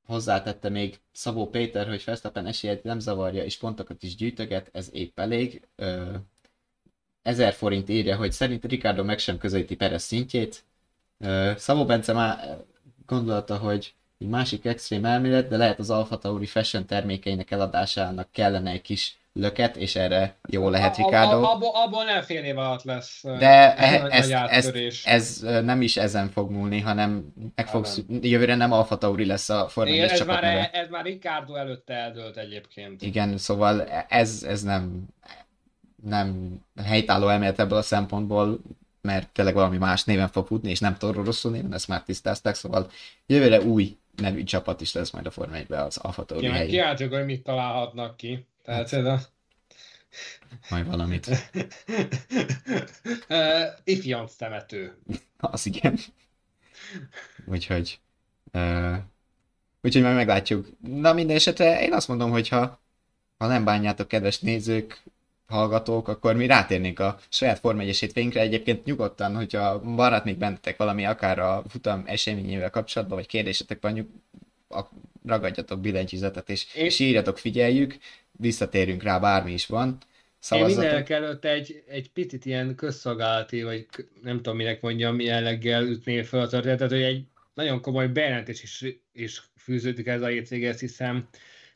hozzátette még Szabó Péter, hogy Verstappen esélyét nem zavarja, és pontokat is gyűjtöget, ez épp elég. 1000 forint írja, hogy szerint Ricardo meg sem közelíti Perez szintjét. Szabó Bence már gondolta, hogy egy másik extrém elmélet, de lehet az Alfa Tauri fashion termékeinek eladásának kellene egy kis löket, és erre jó lehet Ricardo. Abból nem fél év alatt lesz. De ez nem is ezen fog múlni, hanem jövőre nem Alfa Tauri lesz a Forma 1-es csapat neve. Ez már Ricardo előtte eldőlt egyébként. Igen, szóval ez nem helytálló elmélet ebből a szempontból, mert tényleg valami más néven fog futni, és nem Toro Rosso néven, ezt már tisztázták, szóval jövőre új nevű csapat is lesz majd a Forma 1-ben az Alfa Tauri helyén. Kíváncsiak, hogy mit találhatnak ki. Tehát ez a... Majd valamit. Ifjanc temető. Az igen. Úgyhogy majd meglátjuk. Na minden esetre én azt mondom, hogy ha nem bánjátok, kedves nézők, hallgatók, akkor mi rátérnénk a saját Forma 1-es hétvégünkre. Egyébként nyugodtan, hogyha maradt még bennetek valami, akár a futam eseményével kapcsolatban, vagy kérdésetek van, ragadjatok billentyűzetet, és írjatok, figyeljük, visszatérünk rá, bármi is van. Szavazzatok. Én mindenek előtt egy picit ilyen közszolgálati, vagy nem tudom minek mondjam, jelleggel ütné fel a történetet, hogy egy nagyon komoly bejelentés is fűződik ez a hétvégéhez, hiszen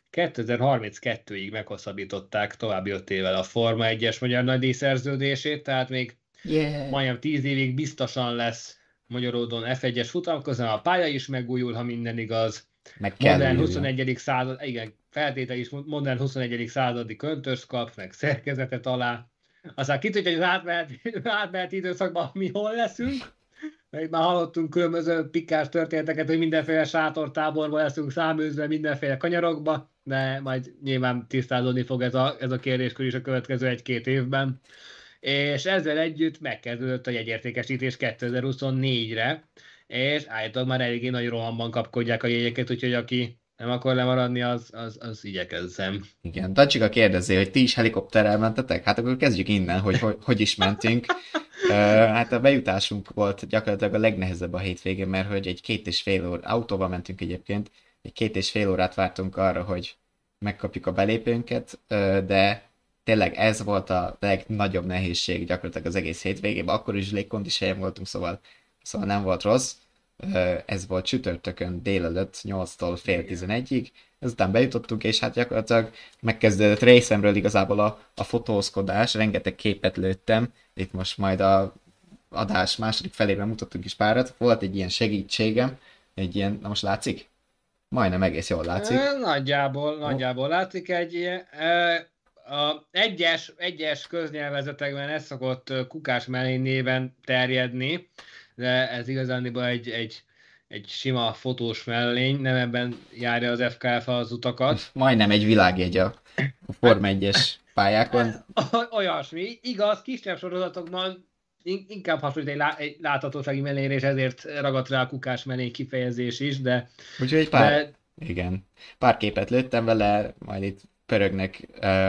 2032-ig meghosszabbították további 5 évvel a Forma 1-es magyar nagydíj szerződését, tehát még majdnem 10 évig biztosan lesz Magyaródon F1-es futam, közben a pálya is megújul, ha minden igaz. Modern 21. század, igen, feltétel is modern 21. századi köntös kap, meg szerkezetet alá. Aztán ki tudja, hogy az átmeneti időszakban mi hol leszünk. Mert már hallottunk különböző pikás történeteket, hogy mindenféle sátortáborban leszünk száműzve, mindenféle kanyarokba, de majd nyilván tisztázódni fog ez a kérdéskör is a következő 1-2 évben. És ezzel együtt megkezdődött a jegyértékesítés 2024-re, és állítólag már eléggé nagy rohamban kapkodják a jegyeket, úgyhogy aki nem akar lemaradni, az igyekezzem. Igen, Dacsika kérdezi, hogy ti is helikopterrel mentetek? Hát akkor kezdjük innen, hogy is mentünk. Hát a bejutásunk volt gyakorlatilag a legnehezebb a hétvégén, mert hogy egy 2,5 óra, autóval mentünk egyébként, egy 2,5 órát vártunk arra, hogy megkapjuk a belépőnket, de tényleg ez volt a legnagyobb nehézség gyakorlatilag az egész hétvégében, akkor is légkondis helyen voltunk, szóval nem volt rossz. Ez volt csütörtökön délelőtt 8-tól fél 11-ig, ezután bejutottunk, és hát gyakorlatilag megkezdődött részemről igazából a fotózkodás, rengeteg képet lőttem, itt most majd a adás második felében mutattunk is párat, volt egy ilyen segítségem, egy ilyen, na most látszik? Majdnem egész jól látszik. Nagyjából látszik egy ilyen, a egyes köznyelvezetekben ez szokott kukás mellény néven terjedni, de ez igazániból egy sima fotós mellény, nem ebben járja az FKF az utakat. Majdnem egy világjegy a Forma 1-es pályákon. Olyasmi. Igaz, kisebb sorozatokban inkább hasonlít egy láthatósági mellényre, és ezért ragadt rá a kukás mellény kifejezés is, de... Úgyhogy pár képet lőttem vele, majd itt pörögnek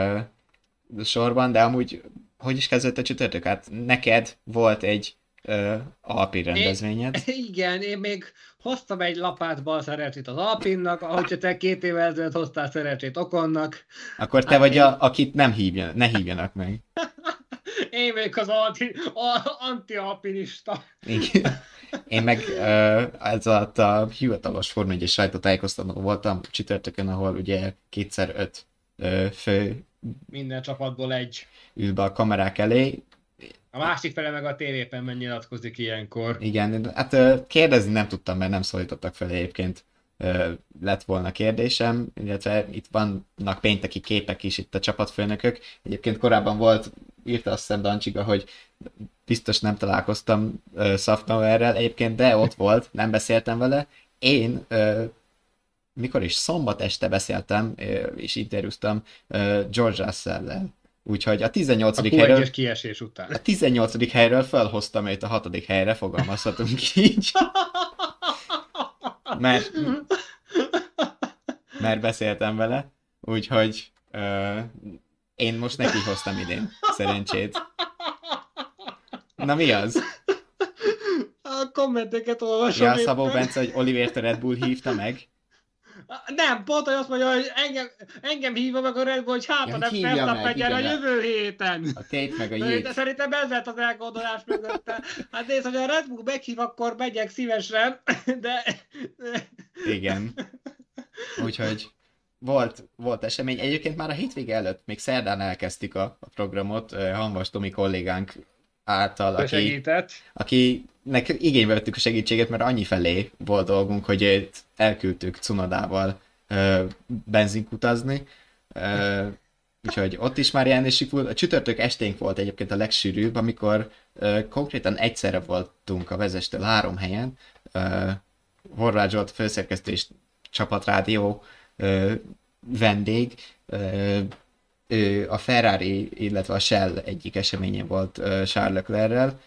sorban, de amúgy hogy is kezdődött a csütörtök? Hát neked volt egy Alpin rendezvényed. Igen, én még hoztam egy lapát balszerencsét az Alpinnak, ahogy te 2 évvel ezelőtt hoztál szerencsét Okonnak. Akkor te vagy akit ne hívjanak meg. Én vagyok az anti-alpinista. Igen. Én meg ez alatt a hivatalos Forma 1-es sajtótájékoztatón voltam csütörtökön, ahol ugye 2x5 fő minden csapatból egy ül be a kamerák elé. A másik fele meg a tévépen nyilatkozik ilyenkor. Igen, hát kérdezni nem tudtam, mert nem szólítottak fel egyébként. Lett volna kérdésem, illetve itt vannak pénteki képek is itt a csapatfőnökök. Egyébként korábban írta azt hiszem Dancsiga, hogy biztos nem találkoztam Szafnauerrel egyébként, de ott volt, nem beszéltem vele. Én mikor is szombat este beszéltem, és interjúztam George Russell-lel. Úgyhogy a 18. helyről... kiesés után. A 18. helyről felhoztam őt a 6. helyre, fogalmazhatunk így. Mert beszéltem vele, úgyhogy én most neki hoztam idén szerencsét. Na mi az? A kommenteket olvasom. Ja, Szabó Bence, hogy Olivért a Red Bull hívta meg. Nem, pont, hogy azt mondja, hogy engem hívva meg a Red Bull, hogy Ja, nem hívja meg, Verstappen a igen, jövő héten. A Tate meg a Yates. Szerintem ez lett az elgondolás mögötte. Hát nézd, hogy a Red Bull meghív, akkor megyek szívesen, de... Igen. Úgyhogy volt esemény. Egyébként már a hétvége előtt, még szerdán elkezdtük a programot, Hanvas Tomi kollégánk által, akinek igénybe vettük a segítséget, mert annyi felé volt dolgunk, hogy elküldtük Cunodával benzinkutazni. Úgyhogy ott is már jelenésük volt. A csütörtök esténk volt egyébként a legsűrűbb, amikor konkrétan egyszerre voltunk a Vezestől 3 helyen. Horváth Zsolt főszerkesztő és csapatrádió vendég. A Ferrari, illetve a Shell egyik eseménye volt Charles Leclerc-rel.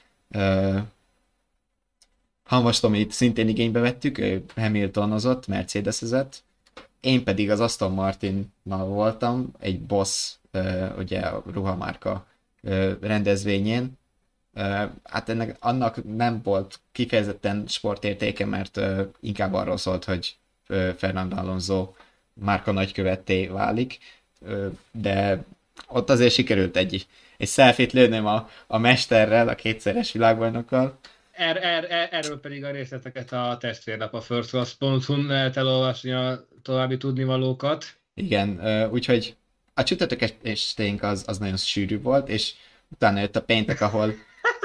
Hanvas Tomit szintén igénybe vettük, ő Hamiltonozott, Mercedesezett. Én pedig az Aston Martinnal voltam, egy Boss, ugye a ruhamárka rendezvényén. Hát annak nem volt kifejezetten sportértéke, mert inkább arról szólt, hogy Fernando Alonso márka nagykövetté válik, de ott azért sikerült egy selfie-t lőnöm a mesterrel, a 2-szeres világbajnokkal. Erről pedig a részleteket a testvérlap a firstclass.hu-n lehet elolvasni a további tudnivalókat. Igen, úgyhogy a csütörtök esténk az nagyon sűrű volt, és utána jött a péntek, ahol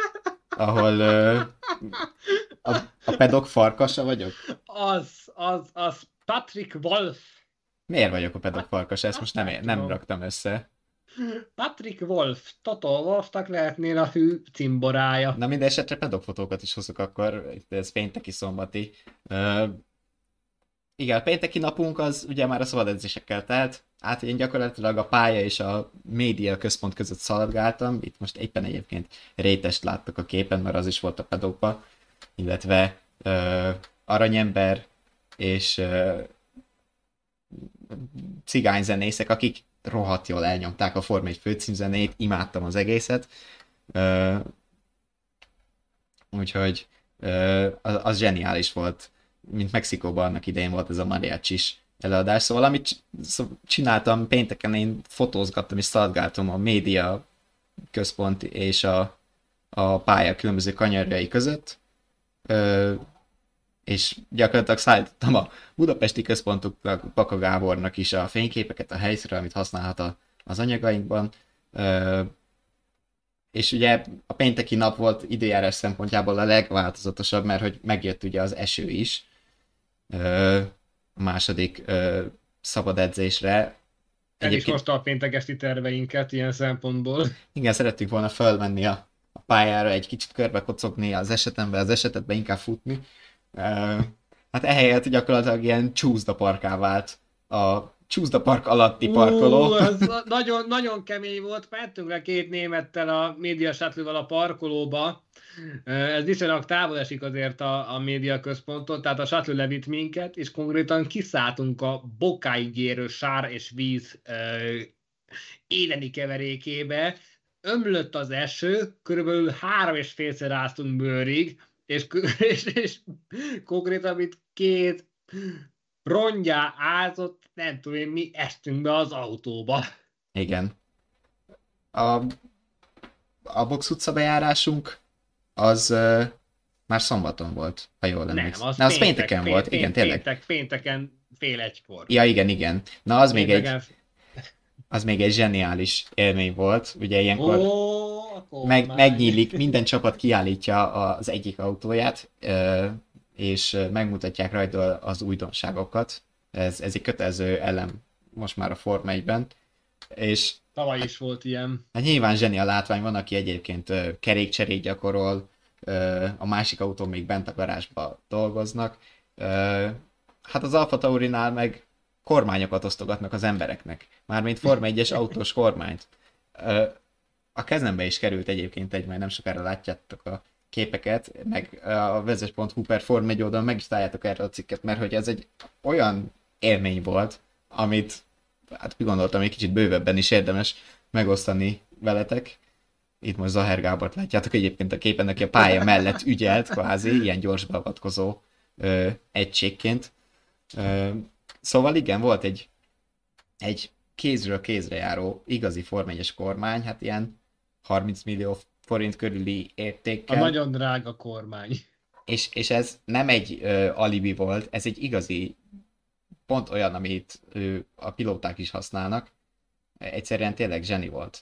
a pedok farkasa vagyok. Az Patrick Wolf. Miért vagyok a pedok farkasa? Ezt most nem raktam össze. Patrick Wolf, Toto Wolfnak lehetnél a hű cimborája. Na minden esetre pedokfotókat is hozok akkor, ez pénteki szombati. Igen, a pénteki napunk az ugye már a szabad edzésekkel telt. Hát én gyakorlatilag a pálya és a média központ között szaladgáltam. Itt most éppen egyébként Rétest láttak a képen, mert az is volt a pedokba. Illetve aranyember és cigányzenészek, akik rohadt jól elnyomták a Forma 1 főcímzenét, imádtam az egészet. Úgyhogy az zseniális volt, mint Mexikóban annak idején volt ez a mariachis előadás. Szóval amit csináltam pénteken, én fotózgattam és szaladgáltam a média központ és a pálya különböző kanyarjai között. És gyakorlatilag szállítottam a budapesti központuknak, Baka Gábornak is a fényképeket a helyszínről, amit használhat az anyagainkban. És ugye a pénteki nap volt időjárás szempontjából a legváltozatosabb, mert hogy megjött ugye az eső is a második szabad edzésre. Egyébként most a péntek esti terveinket ilyen szempontból. Igen, szerettük volna fölmenni a pályára, egy kicsit körbe kocogni az esetetben inkább futni. Hát ehelyett gyakorlatilag ilyen csúszdaparkká vált a csúszdapark alatti parkoló. Ez nagyon, nagyon kemény volt, mentünk le 2 némettel a média shuttle-val a parkolóba. Ez viszonylag távol esik azért a média központtól, tehát a shuttle levitt minket, és konkrétan kiszálltunk a bokáig érő sár és víz édeni keverékébe. Ömlött az eső, körülbelül 3,5-szer áztunk bőrig, és konkrétan itt 2 rongyá ázott, nem tudom én, mi estünk be az autóba. Igen. A Box utca bejárásunk az már szombaton volt, ha jól emlékszem. Nem, az pénteken volt, igen, tényleg. Pénteken 12:30. Ja, igen. Na, az még egy zseniális élmény volt. Ugye ilyenkor megnyílik, minden csapat kiállítja az egyik autóját, és megmutatják rajta az újdonságokat. Ez egy kötelező elem most már a Forma 1-ben. És tavaly is volt ilyen. Hát nyilván zseni a látvány, van, aki egyébként kerékcserét gyakorol, a másik autó még bent a garázsba dolgoznak. Hát az Alfa Taurinál meg kormányokat osztogatnak az embereknek. Mármint Forma 1-es autós kormányt. A kezembe is került egyébként majd nem sokára látjátok a képeket, meg a vezes.hu per Forma 1 oldalon meg is találjátok erre a cikket, mert hogy ez egy olyan élmény volt, amit hát gondoltam, egy kicsit bővebben is érdemes megosztani veletek. Itt most Zahár Gábort látjátok egyébként a képen, aki a pálya mellett ügyelt, kvázi, ilyen gyors beavatkozó egységként. Szóval igen, volt egy kézről kézre járó igazi Form 1-es kormány, hát ilyen 30 millió forint körüli A értékkel. nagyon drága kormány. És ez nem egy alibi volt, ez egy igazi, pont olyan, amit a pilóták is használnak. Egyszerűen tényleg zseni volt.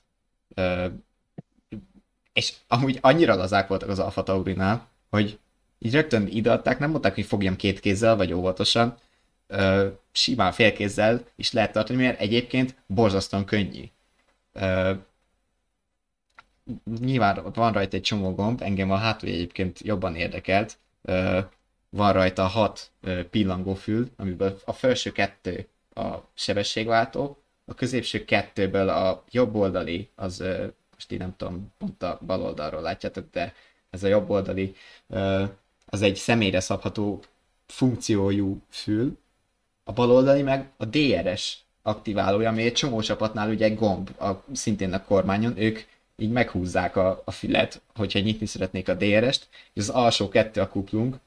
És amúgy annyira lazák voltak az Alfa Taurinál, hogy így rögtön ideadták, nem mondták, hogy fogjam két kézzel, vagy óvatosan, simán félkézzel is lehet tartani, mert egyébként borzasztóan könnyű. Nyilván van rajta egy csomó gomb, engem a hátul egyébként jobban érdekelt. Van rajta 6 pillangófül, amiből a felső 2 a sebességváltó, a középső 2-ből a jobb oldali, az most így nem tudom, pont a bal oldalról látjátok, de ez a jobb oldali, az egy személyre szabható funkciójú fül, a bal oldali meg a DRS aktiválója, ami egy csomó csapatnál ugye gomb, szintén a kormányon, ők így meghúzzák a fület, hogyha nyitni szeretnék a DRS-t, és az alsó 2 a kuplung,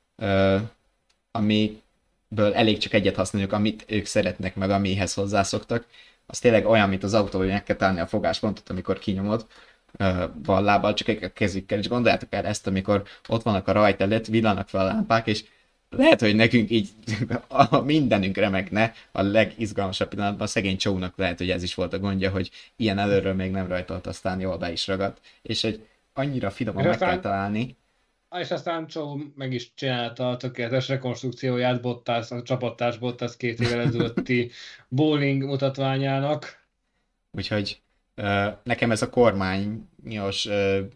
amiből elég csak egyet használjuk, amit ők szeretnek, meg amihez hozzászoktak. Az tényleg olyan, mint az autó, hogy meg kell találni a fogáspontot, amikor kinyomod bal lábbal, csak a kezükkel, és gondoljátok el ezt, amikor ott vannak a rajt előtt, villanak fel a lámpák, és lehet, hogy nekünk így mindenünk remegne a legizgalmasabb pillanatban, a szegény Csónak lehet, hogy ez is volt a gondja, hogy ilyen előről még nem rajtolt, aztán jól be is ragadt, és hogy annyira finoman meg kell találni. És aztán Csó meg is csinálta a tökéletes rekonstrukcióját Bottas, a csapattárs Bottas 2 évvel ezelőtti bowling mutatványának. Úgyhogy nekem ez a kormányos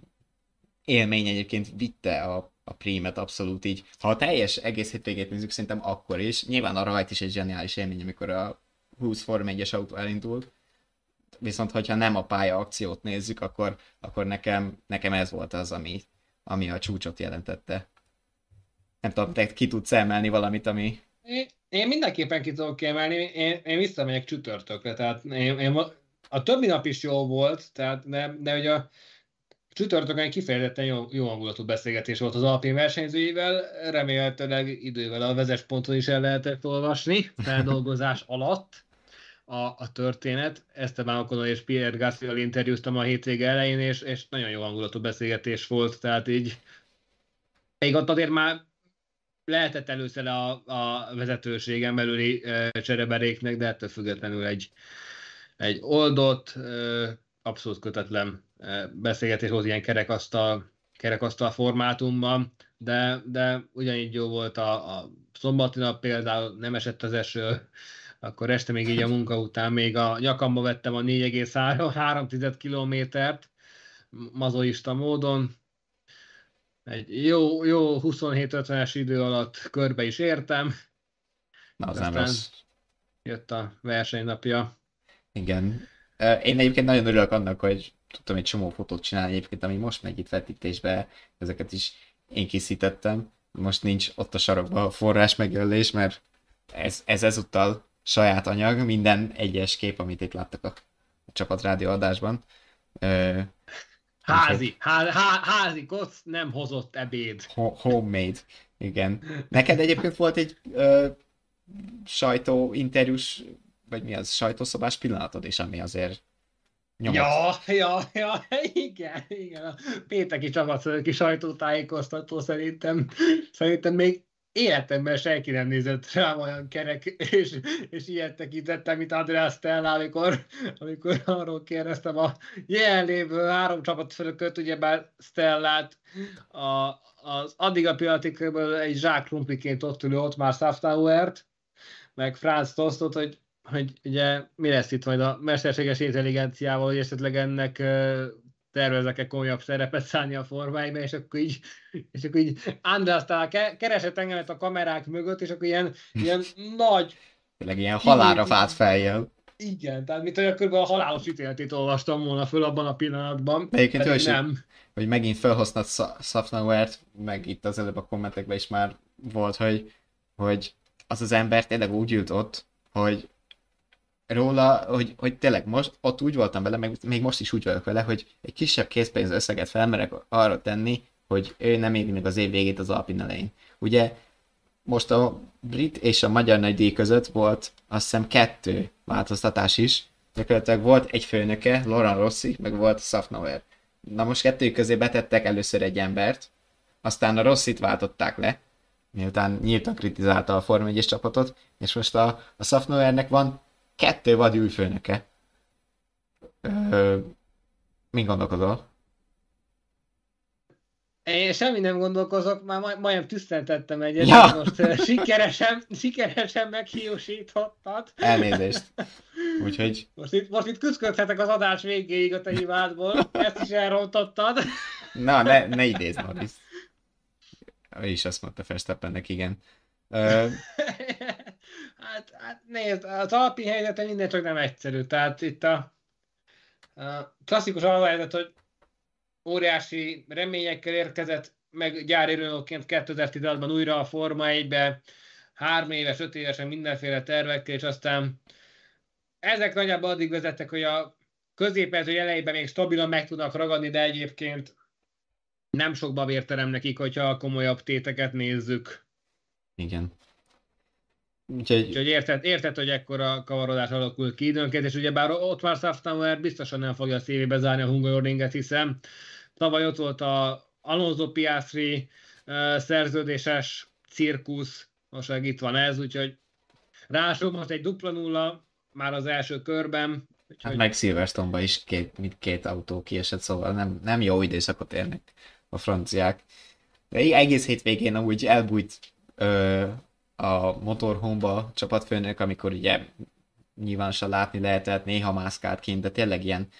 élmény egyébként vitte a prímet abszolút így. Ha a teljes egész hétvégét nézzük, szerintem akkor is. Nyilván a rajt is egy zseniális élmény, amikor a 20 Form 1-es autó elindult. Viszont, hogyha nem a pálya akciót nézzük, akkor nekem ez volt az, ami a csúcsot jelentette. Nem tudom, te ki tudsz emelni valamit, ami... Én mindenképpen ki tudok kiemelni, én visszamegyek csütörtökre, tehát a többi nap is jó volt, tehát de ugye a csütörtökön egy kifejezetten jó hangulatú beszélgetés volt az Alpine versenyzőivel, remélhetőleg idővel a vezesponton is el lehetett olvasni, feldolgozás alatt a történet. Esteban Ocon és Pierre Gasly-val interjúztam a hétvége elején, és nagyon jó hangulatú beszélgetés volt, tehát így még ott azért már lehetett először a vezetőségen belüli csereberéknek, de ettől függetlenül egy oldott, abszolút kötetlen beszélgetés volt ilyen kerekasztal formátumban, de ugyanígy jó volt a szombati nap, például nem esett az eső, akkor este még így a munka után még a nyakamba vettem a 4,3 kilométert mazoista módon. Egy jó 27-50-es idő alatt körbe is értem. Na, az nem rossz. Jött a versenynapja. Igen. Én egyébként nagyon örülök annak, hogy tudtam egy csomó fotót csinálni egyébként, ami most megy itt vetítésbe, ezeket is én készítettem. Most nincs ott a sarokban a forrás megjelölés, mert ez ezúttal saját anyag, minden egyes kép, amit itt láttak a csapatrádió adásban. Házi koc, nem hozott ebéd. Homemade, igen. Neked egyébként volt egy sajtóinterjús, vagy mi az, sajtószobás pillanatod is, ami azért nyomott. Ja, igen. A pénteki csapatfőnöki sajtótájékoztató szerintem még életemben senki nem nézett rám olyan kerek, és ilyet tekintettem, mint Andrea Stella, amikor arról kérdeztem a jelenlévő 3 csapatfőnököt, ugyebár Stellát, az addig a pillanatig kb. Egy zsák krumpliként ott ülő Ottmar Safnauert, meg Franz Tostot, hogy ugye mi lesz itt majd a mesterséges intelligenciával, hogy esetleg ennek tervezek-e komolyabb szerepet szállni a formáiban, és akkor így András talán keresett engemet a kamerák mögött, és akkor ilyen nagy... Tényleg ilyen halálra vált fejjel. Igen, tehát mint olyan kb. A halálos ítéletét olvastam volna föl abban a pillanatban. Egyébként nem. Hogy megint felhasználsz Safnauert, meg itt az előbb a kommentekben is már volt, hogy az ember tényleg úgy ült ott, hogy róla, hogy tényleg most ott úgy voltam vele, meg még most is úgy vagyok vele, hogy egy kisebb készpénz összeget felmerek arra tenni, hogy ő nem éri meg az év végét az Alpine elején. Ugye most a brit és a magyar nagydíj között volt azt hiszem 2 változtatás is. Gyakorlatilag volt egy főnöke, Laurent Rossi, meg volt Szafnauer. Na most 2 közé betettek először egy embert, aztán a Rossit váltották le, miután nyíltan kritizálta a Forma 1-es csapatot, és most a Szafnauernek van 2 vadi új főnöke. Min gondolkodol? Én semmi nem gondolkozok, már majdnem tüszteltettem egyet, Ja. most sikeresen meghiúsítottad. Elnézést. Úgyhogy Most itt küzdködhetek az adás végéig a te hibádból, ezt is elrontottad. na, ne idézd, Norris. Ő is azt mondta Verstappennek, igen. Hát nézd, az Alpin helyzete minden csak nem egyszerű. Tehát itt a klasszikus alaphelyzet, hogy óriási reményekkel érkezett meg gyári Renault-ként 2016-ban újra a Forma 1-be, 3 éves, 5 évesen mindenféle tervekkel, és aztán ezek nagyjából addig vezettek, hogy a középmezőny elejében még stabilan meg tudnak ragadni, de egyébként nem sokba vérterem nekik, hogyha a komolyabb téteket nézzük. Igen. Úgyhogy érted, hogy ekkora kavarodás alakul ki időnként, és ugyebár ott már Szafnauer biztosan nem fogja a szívébe zárni a Hungaroringet, hiszen tavaly ott volt a Alonso Piastri szerződéses cirkusz, most meg itt van ez, úgyhogy ráadásul most egy 0-0 már az első körben. Úgyhogy... Hát meg Silverstone-ban is két autó kiesett, szóval nem jó időszakot érnek a franciák. De egész hétvégén amúgy elbújt a motorhome-ba csapatfőnök, amikor ugye nyilvánosan látni lehetett, néha mászkált kint, de tényleg ilyen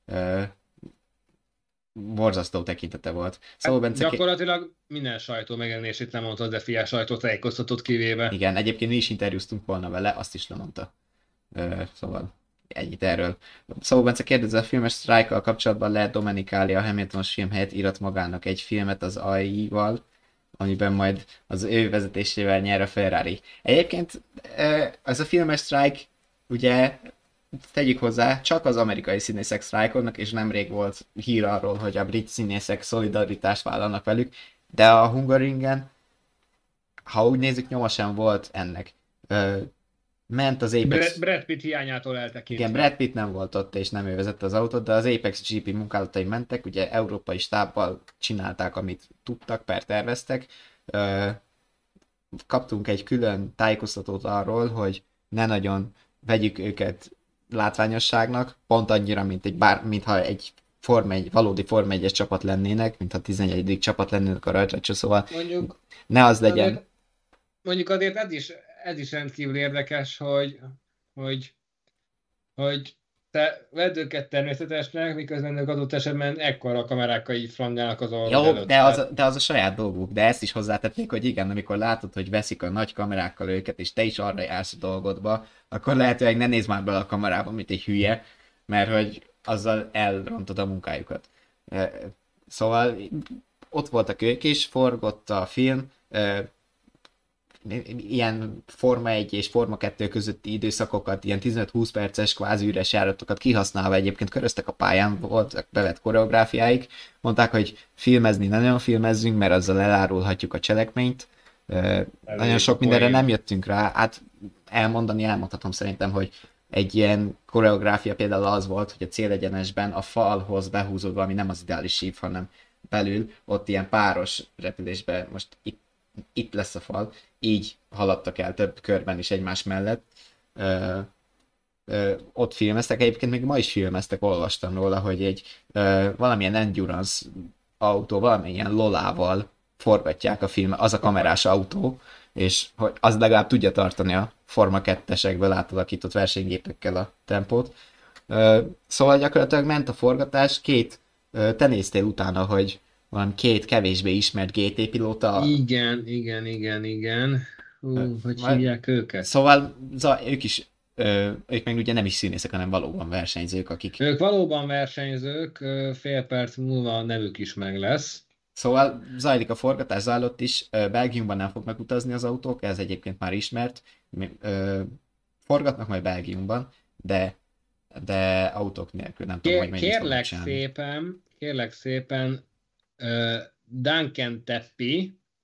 borzasztó tekintete volt. Szóval Bence gyakorlatilag minden sajtó megjelenését lemondta, de FIA sajtótájékoztatót kivéve. Igen, egyébként mi is interjúztunk volna vele, azt is lemondta. Szóval ennyit erről. Szóval Bence kérdezi, a filmes sztrájkkal kapcsolatban lehet Domenicali a Hamiltonos film helyett írat magának egy filmet az AI-val, amiben majd az ő vezetésével nyer a Ferrari. Egyébként ez a filmes sztrájk, ugye tegyük hozzá, csak az amerikai színészek sztrájkolnak, és nemrég volt hír arról, hogy a brit színészek szolidaritást vállalnak velük, de a Hungaroringen, ha úgy nézzük, nyoma sem volt ennek. Ment az Apex... Brad Pitt hiányától eltekintve. Igen, Brad Pitt nem volt ott, és nem ő vezette az autót, de az Apex GP munkálatai mentek, ugye európai stábbal csinálták, amit tudtak, terveztek. Kaptunk egy külön tájékoztatót arról, hogy ne nagyon vegyük őket látványosságnak, pont annyira, mintha egy valódi Forma 1-es csapat lennének, mintha 11. csapat lennének a rajtrácsra, szóval mondjuk, ne az legyen. Mondjuk azért ez is rendkívül érdekes, hogy te vedd őket természetesnek, miközben ők adott esetben ekkora kamerákkal így flangálnak az orrod Jó, előtt. de az a saját dolguk, de ezt is hozzátették, hogy igen, amikor látod, hogy veszik a nagy kamerákkal őket, és te is arra jársz a dolgodba, akkor lehetőleg ne nézd már bele a kamerába, mint egy hülye, mert hogy azzal elrontod a munkájukat. Szóval ott voltak ők is, forgott a film, ilyen Forma 1 és Forma 2 közötti időszakokat, ilyen 15-20 perces kvázi üres járatokat kihasználva egyébként köröztek a pályán, voltak bevett koreográfiáik, mondták, hogy filmezni ne nagyon filmezzünk, mert azzal elárulhatjuk a cselekményt. Nagyon sok mindenre nem jöttünk rá, hát elmondhatom szerintem, hogy egy ilyen koreográfia például az volt, hogy a célegyenesben a falhoz behúzódva, ami nem az ideális sív, hanem belül, ott ilyen páros repülésben, most itt lesz a fal, így haladtak el több körben is egymás mellett. Ott filmeztek, egyébként még ma is filmeztek, olvastam róla, hogy egy valamilyen endurance autó, valamilyen lolával forgatják a film, az a kamerás autó, és hogy az legalább tudja tartani a Forma 2-esekből átalakított versenygépekkel a tempót. Szóval gyakorlatilag ment a forgatás, te néztél utána, hogy valami 2 kevésbé ismert GT pilóta. Igen. Hogy hívják őket? Szóval ők meg ugye nem is színészek, hanem valóban versenyzők, akik... Ők valóban versenyzők, fél perc múlva a nevük is meg lesz. Szóval zajlik a forgatás, zajlott is, Belgiumban nem fognak utazni az autók, ez egyébként már ismert. Forgatnak majd Belgiumban, de autók nélkül nem tudom, hogy mennyit fognak csinálni. Kérlek szépen, Duncan Teppi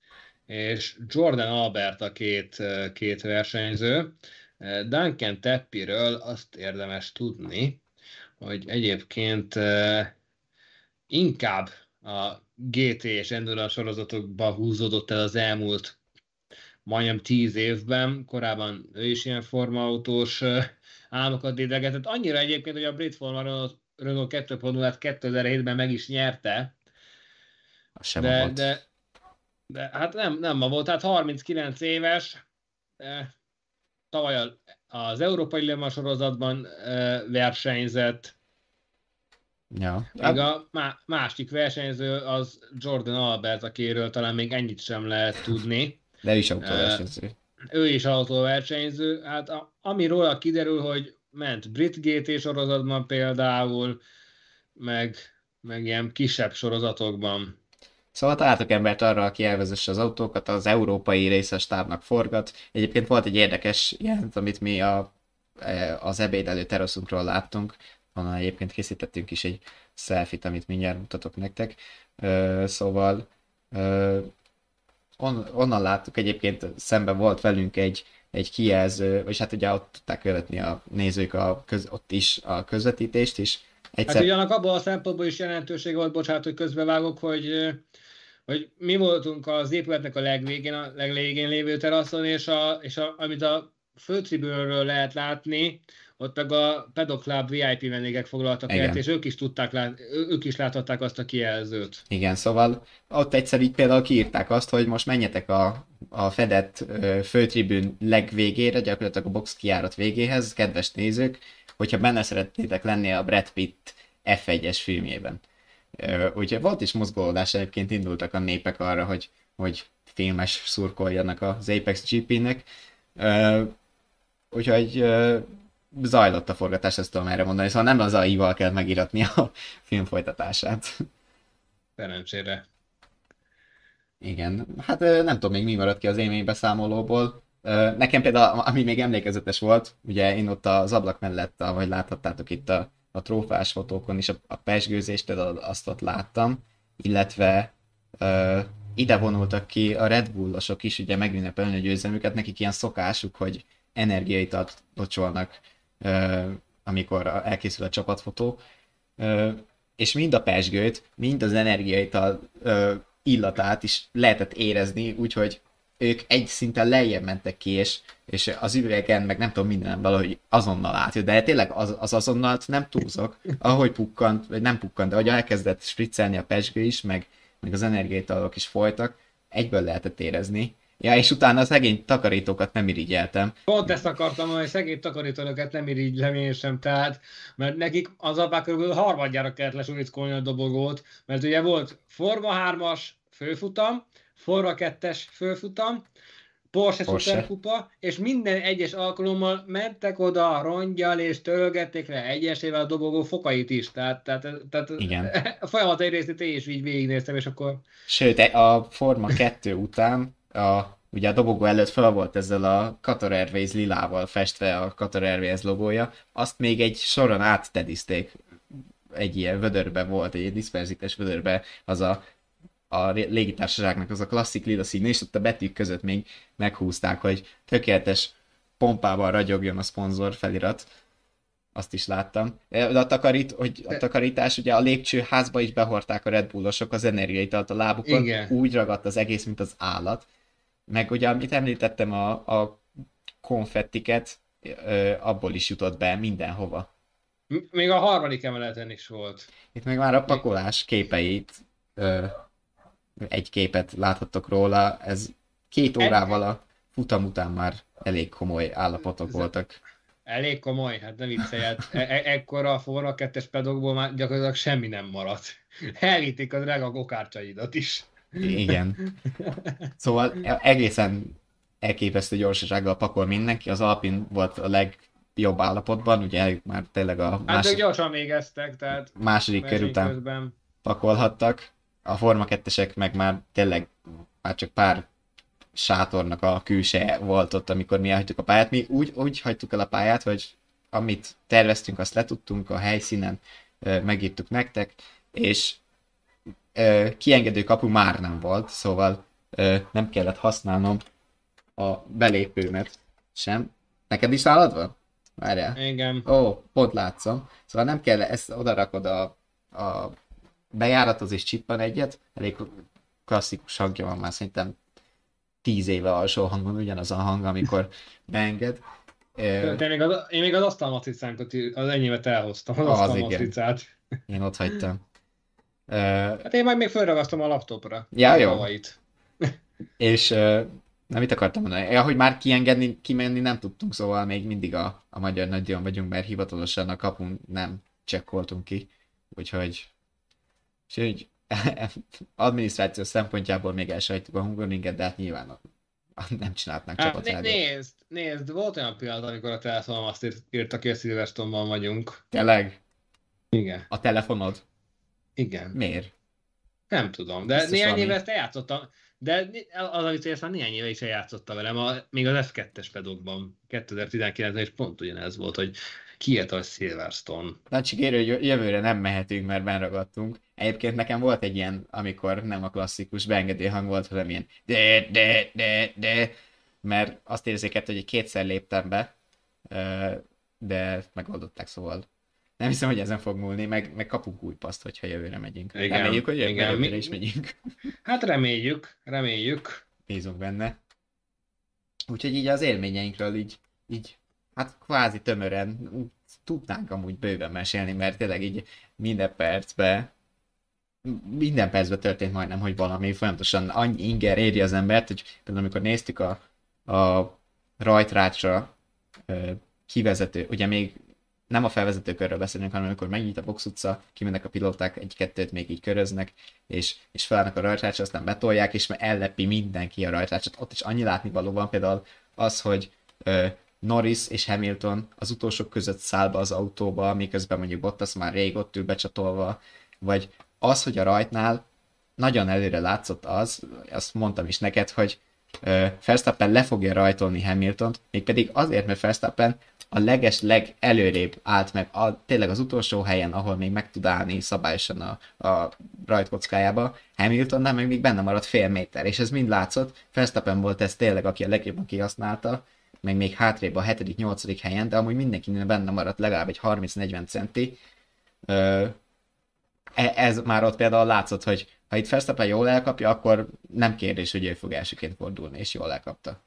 és Jordan Albert a két versenyző. Duncan Teppiről azt érdemes tudni, hogy egyébként inkább a GT és Endurance sorozatokban húzódott el az elmúlt majdnem 10 évben. Korábban ő is ilyen formaautós álmokat dédelgetett. Annyira egyébként, hogy a brit Forma Renault 2.0-át 2007-ben meg is nyerte. Az sem volt. De hát nem ma volt, tehát 39 éves, tavaly az Európai Le Mans sorozatban versenyzett, Ja. még a másik versenyző az Jordan Albert, akiről talán még ennyit sem lehet tudni. De ő is autóversenyző. Ő is autóversenyző, hát ami róla kiderül, hogy ment brit GT sorozatban például, meg ilyen kisebb sorozatokban. Szóval találtak embert arra, aki elvezesse az autókat, az európai részes tábnak forgat. Egyébként volt egy érdekes jelent, amit mi az ebéd előtt teraszunkról láttunk, onnan egyébként készítettünk is egy selfie-t, amit mindjárt mutatok nektek. Szóval onnan láttuk, egyébként szemben volt velünk egy kijelző, és hát ugye ott tudták követni a nézők ott is a közvetítést is. Hát ugye annak abban a szempontból is jelentősége volt, bocsánat, hogy közbevágok, hogy mi voltunk az épületnek a legvégén lévő teraszon, és amit a főtribűnről lehet látni, ott meg a Paddock Club VIP vendégek foglaltak el, és ők is láthatták azt a kijelzőt. Igen, szóval ott egyszer így például kiírták azt, hogy most menjetek a fedett főtribűn legvégére, gyakorlatilag a box kijárat végéhez, kedves nézők, hogyha benne szeretnétek lenni a Brad Pitt F1-es filmjében. Úgyhogy volt is mozgolódás, egyébként indultak a népek arra, hogy filmes szurkoljanak az Apex GP-nek. Úgyhogy zajlott a forgatás, ezt tudom erre mondani, szóval nem az AI-val kell megiratni a film folytatását. Szerencsére. Igen, hát nem tudom még mi maradt ki az élménybeszámolóból. Nekem például, ami még emlékezetes volt, ugye én ott az ablak mellett, ahogy láthattátok itt a trófás fotókon is, a pezsgőzést, például azt ott láttam, illetve ide vonultak ki a Red Bullosok is, ugye megünnepelni a győzelmüket, nekik ilyen szokásuk, hogy energiaitalt locsolnak, amikor elkészül a csapatfotó, és mind a pezsgőt, mind az energiaital illatát is lehetett érezni, úgyhogy ők egy szinten lejjebb mentek ki, és az üvegen, meg nem tudom, mindenem valahogy azonnal átjött, de tényleg az azonnalt nem túlzok, ahogy pukkant, vagy nem pukkant, de ahogy elkezdett spriccelni a pezsgő is, meg az energiaitalok is folytak, egyből lehetett érezni. Ja, és utána a szegény takarítókat nem irigyeltem. Pont ezt akartam, hogy szegény takarítókat nem irigylem én sem, tehát, mert nekik az apák körülbelül harmadjára kellett lesúlyickolni a dobogót, mert ugye volt Forma 3-as főfutam, Forma 2-es főfutam, Porsche Superkupa, és minden egyes alkalommal mentek oda rongyal és törölgették le egyesével a dobogó fokait is. Tehát igen. A folyamat egy részét én is így végignéztem, és akkor... Sőt, a Forma 2 után ugye a dobogó előtt fel volt ezzel a Qatar Airways lilával festve a Qatar Airways logója, azt még egy soron áttedizték, egy ilyen vödörbe volt, egy diszperzites vödörbe az a légitársaságnak az a klasszik lila szín, és ott a betűk között még meghúzták, hogy tökéletes pompával ragyogjon a szponzor felirat. Azt is láttam. De a takarítás, ugye a lépcsőházba is behordták a Red Bullosok az energiaitalt a lábukon, igen. Úgy ragadt az egész, mint az állat. Meg ugye, amit említettem, a konfettiket, abból is jutott be mindenhova. Még a harmadik emeleten is volt. Itt meg már a pakolás képeit, egy képet láthattok róla, ez 2 órával a futam után már elég komoly állapotok voltak. Elég komoly? Hát ne viccelj, ekkora a Forma 2-es pedokból már gyakorlatilag semmi nem maradt. Elvitték a drága gokárcsaidat is. Igen. Szóval egészen elképesztő gyorsasággal pakol mindenki, az Alpine volt a legjobb állapotban, ugye már tényleg hát ők gyorsan végeztek, tehát második kör után közben pakolhattak. A Forma 2-esek meg már tényleg már csak pár sátornak a külseje volt ott, amikor mi elhagytuk a pályát. Mi úgy hagytuk el a pályát, hogy amit terveztünk, azt letudtunk a helyszínen, megírtuk nektek, és kiengedő kapu már nem volt, szóval nem kellett használnom a belépőmet sem. Neked is nálad van? Várjál. Igen. Ó, pont látszom. Szóval nem kell, ezt odarakod a bejárathoz és csippan egyet. Elég klasszikus hangja van már, szerintem 10 éve alsó hangon ugyanaz a hang, amikor beenged. Én még az asztalmatricánkat, az enyémet elhoztam, az Az asztalmatricát. Én ott hagytam. Hát én majd még felragasztom a laptopra. Ja, jó. Havait. És nem mit akartam mondani? Hogy már kimenni nem tudtunk, szóval még mindig a magyar nagydíjon vagyunk, mert hivatalosan a kapun nem csekkoltunk ki. Úgyhogy adminisztráció szempontjából még elsajtjuk a Hungaroringet, de hát nyilván nem csináltnánk csapatrádiót. Nézd, volt olyan pillanat, amikor a telefonom azt írta ki, hogy Silverstone-ban vagyunk. Tényleg? Igen. A telefonod? Igen. Miért? Nem tudom, de Biztos néhány valami. éve ezt eljátszottam. De az a vicc, hogy ezt már néhány éve is eljátszottam velem, még az F2-es pedokban, 2019-ben, és pont ugyanez volt, hogy kiért a Silverstone. Na csak érő, hogy jövőre nem mehetünk, mert benragadtunk. Egyébként nekem volt egy ilyen, amikor nem a klasszikus beengedő hang volt, hanem ilyen de, mert azt érzékelte, hogy kétszer léptem be, de megoldották, szóval nem hiszem, hogy ezen fog múlni, meg kapunk új paszt, hogyha jövőre megyünk. Igen, Reméljük, hogy igen. jövőre is megyünk. Hát reméljük. Bízunk benne. Úgyhogy így az élményeinkről így hát kvázi tömören tudnánk amúgy bőven mesélni, mert tényleg így minden percben történt majdnem, hogy valami folyamatosan annyi inger éri az embert, hogy például amikor néztük a rajtrácsra kivezető, ugye még nem a felvezetőkörről beszélünk, hanem amikor megnyit a box utca, kimennek a pilóták, egy-kettőt még így köröznek, és felállnak a rajtrácsra, aztán betolják, és ellepi mindenki a rajtrácsot. Ott is annyi látnivaló van, például az, hogy Norris és Hamilton az utolsók között száll be az autóba, miközben mondjuk Bottas már rég ott ül becsatolva, vagy az, hogy a rajtnál nagyon előre látszott azt mondtam is neked, hogy Verstappen le fogja rajtolni Hamiltont, mégpedig azért, mert Verstappen a legelőrébb állt meg tényleg az utolsó helyen, ahol még meg tud állni szabályosan a rajtkockájába, Hamiltonnál meg még benne maradt fél méter, és ez mind látszott. Verstappen volt ez tényleg, aki a legjobban kihasználta, meg még hátrébb a 7.-8. helyen, de amúgy mindenkinél benne maradt legalább egy 30-40 centi. Ez már ott például látszott, hogy ha itt Verstappen jól elkapja, akkor nem kérdés, hogy ő fog elsőként fordulni, és jól elkapta.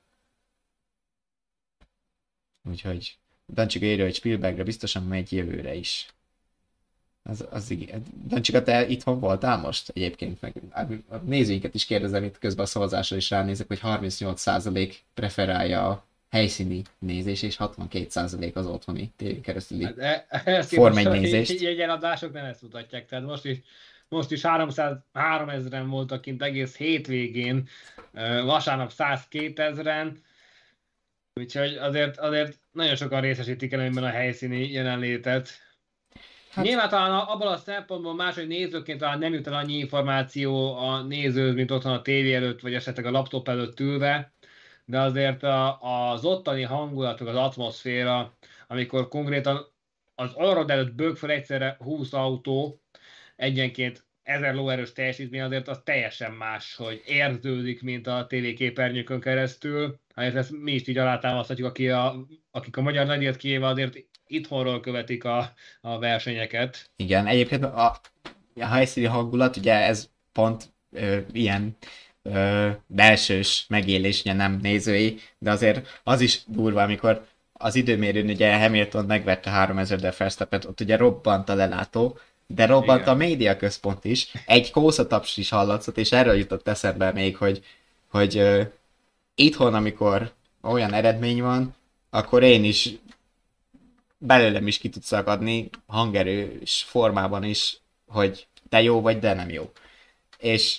Úgyhogy Dancsika írja, hogy Spielbergre biztosan megy jövőre is. Az igen. Dancsika, te itthon voltál most egyébként? Meg a nézőinket is kérdezem, itt közben a szavazásra is ránézek, hogy 38% preferálja a helyszíni nézés, és 62% az otthoni tévén keresztüli Forma 1 nézést. Jegyenadások nem ezt mutatják, tehát most is 3000-en voltak kint egész hétvégén, vasárnap 102 000-en, úgyhogy azért nagyon sokan részesítik előnyben a helyszíni jelenlétet. Hát, nyilván talán abban a szempontból máshogy nézőként talán nem jut el annyi információ a nézőhöz, mint otthon a tévé előtt, vagy esetleg a laptop előtt ülve, de azért az ottani hangulatok, az atmoszféra, amikor konkrétan az orrod előtt bög fel egyszerre 20 autó, egyenként 1000 lóerős teljesítmény, azért az teljesen más, hogy érződik, mint a tévéképernyőkön keresztül. Hát ezt mi is így alátámaszthatjuk, akik a magyar nagydíjat kivéve azért itthonról követik a versenyeket. Igen, egyébként a helyszíni hangulat, ugye ez pont ilyen belsős megélés, ugye nem nézői, de azért az is durva, amikor az időmérőn ugye Hamilton megvette 3000 de Verstappent, ott ugye robbant a lelátó, de robbant a média központ is, egy kószataps is hallatszott, és erről jutott eszembe még, hogy itthon, amikor olyan eredmény van, akkor én is belőlem is ki tud szakadni hangerős formában is, hogy te jó vagy, de nem jó. És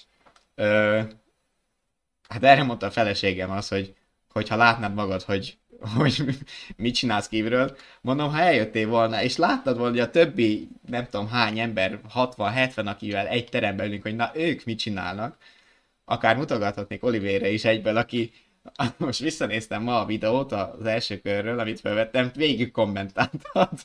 hát erre mondta a feleségem az, hogy ha látnád magad, hogy mit csinálsz kívülről, mondom, ha eljöttél volna, és láttad volna, hogy a többi, nem tudom hány ember, 60-70, akivel egy teremben ülünk, hogy na ők mit csinálnak, akár mutogathatnék Olivérre is egyből, aki most visszanéztem ma a videót az első körről, amit felvettem, végig kommentáltad.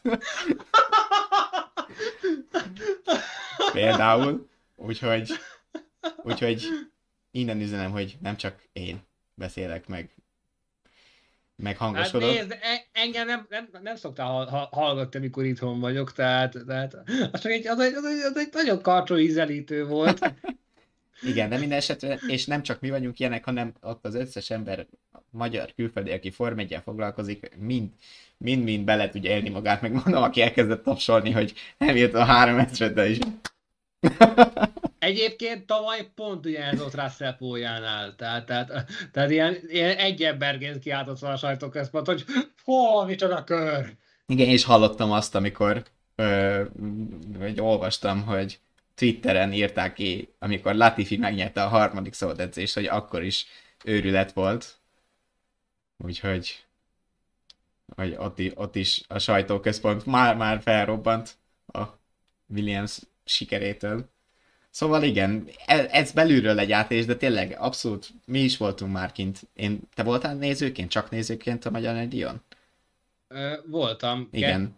Például. Úgyhogy innen üzenem, hogy nem csak én beszélek meg Hát hangosodok. nézd, engem nem szoktál hallgatni, amikor itthon vagyok, tehát az egy nagyon karcsú ízelítő volt. Igen, de minden esetre, és nem csak mi vagyunk ilyenek, hanem ott az összes ember, magyar, külföldi, aki Form 1-jel foglalkozik, mind bele tudja élni magát, meg mondom, aki elkezdett tapsolni, hogy eljött a 3000-re is. Egyébként tavaly pont ugyanez ott Russell Poljánál, tehát ilyen egy emberként kiáltott a sajtóközpont, hogy micsoda kör! Igen, és hallottam azt, amikor vagy olvastam, hogy Twitteren írták ki, amikor Latifi megnyerte a harmadik szabadedzést, hogy akkor is őrület volt. Úgyhogy hogy ott is a sajtóközpont már felrobbant a Williams sikerétől. Szóval igen, ez belülről egy átlés, de tényleg abszolút mi is voltunk már kint. Te voltál nézőként, csak nézőként a Magyar Nagydíjon? Voltam, igen.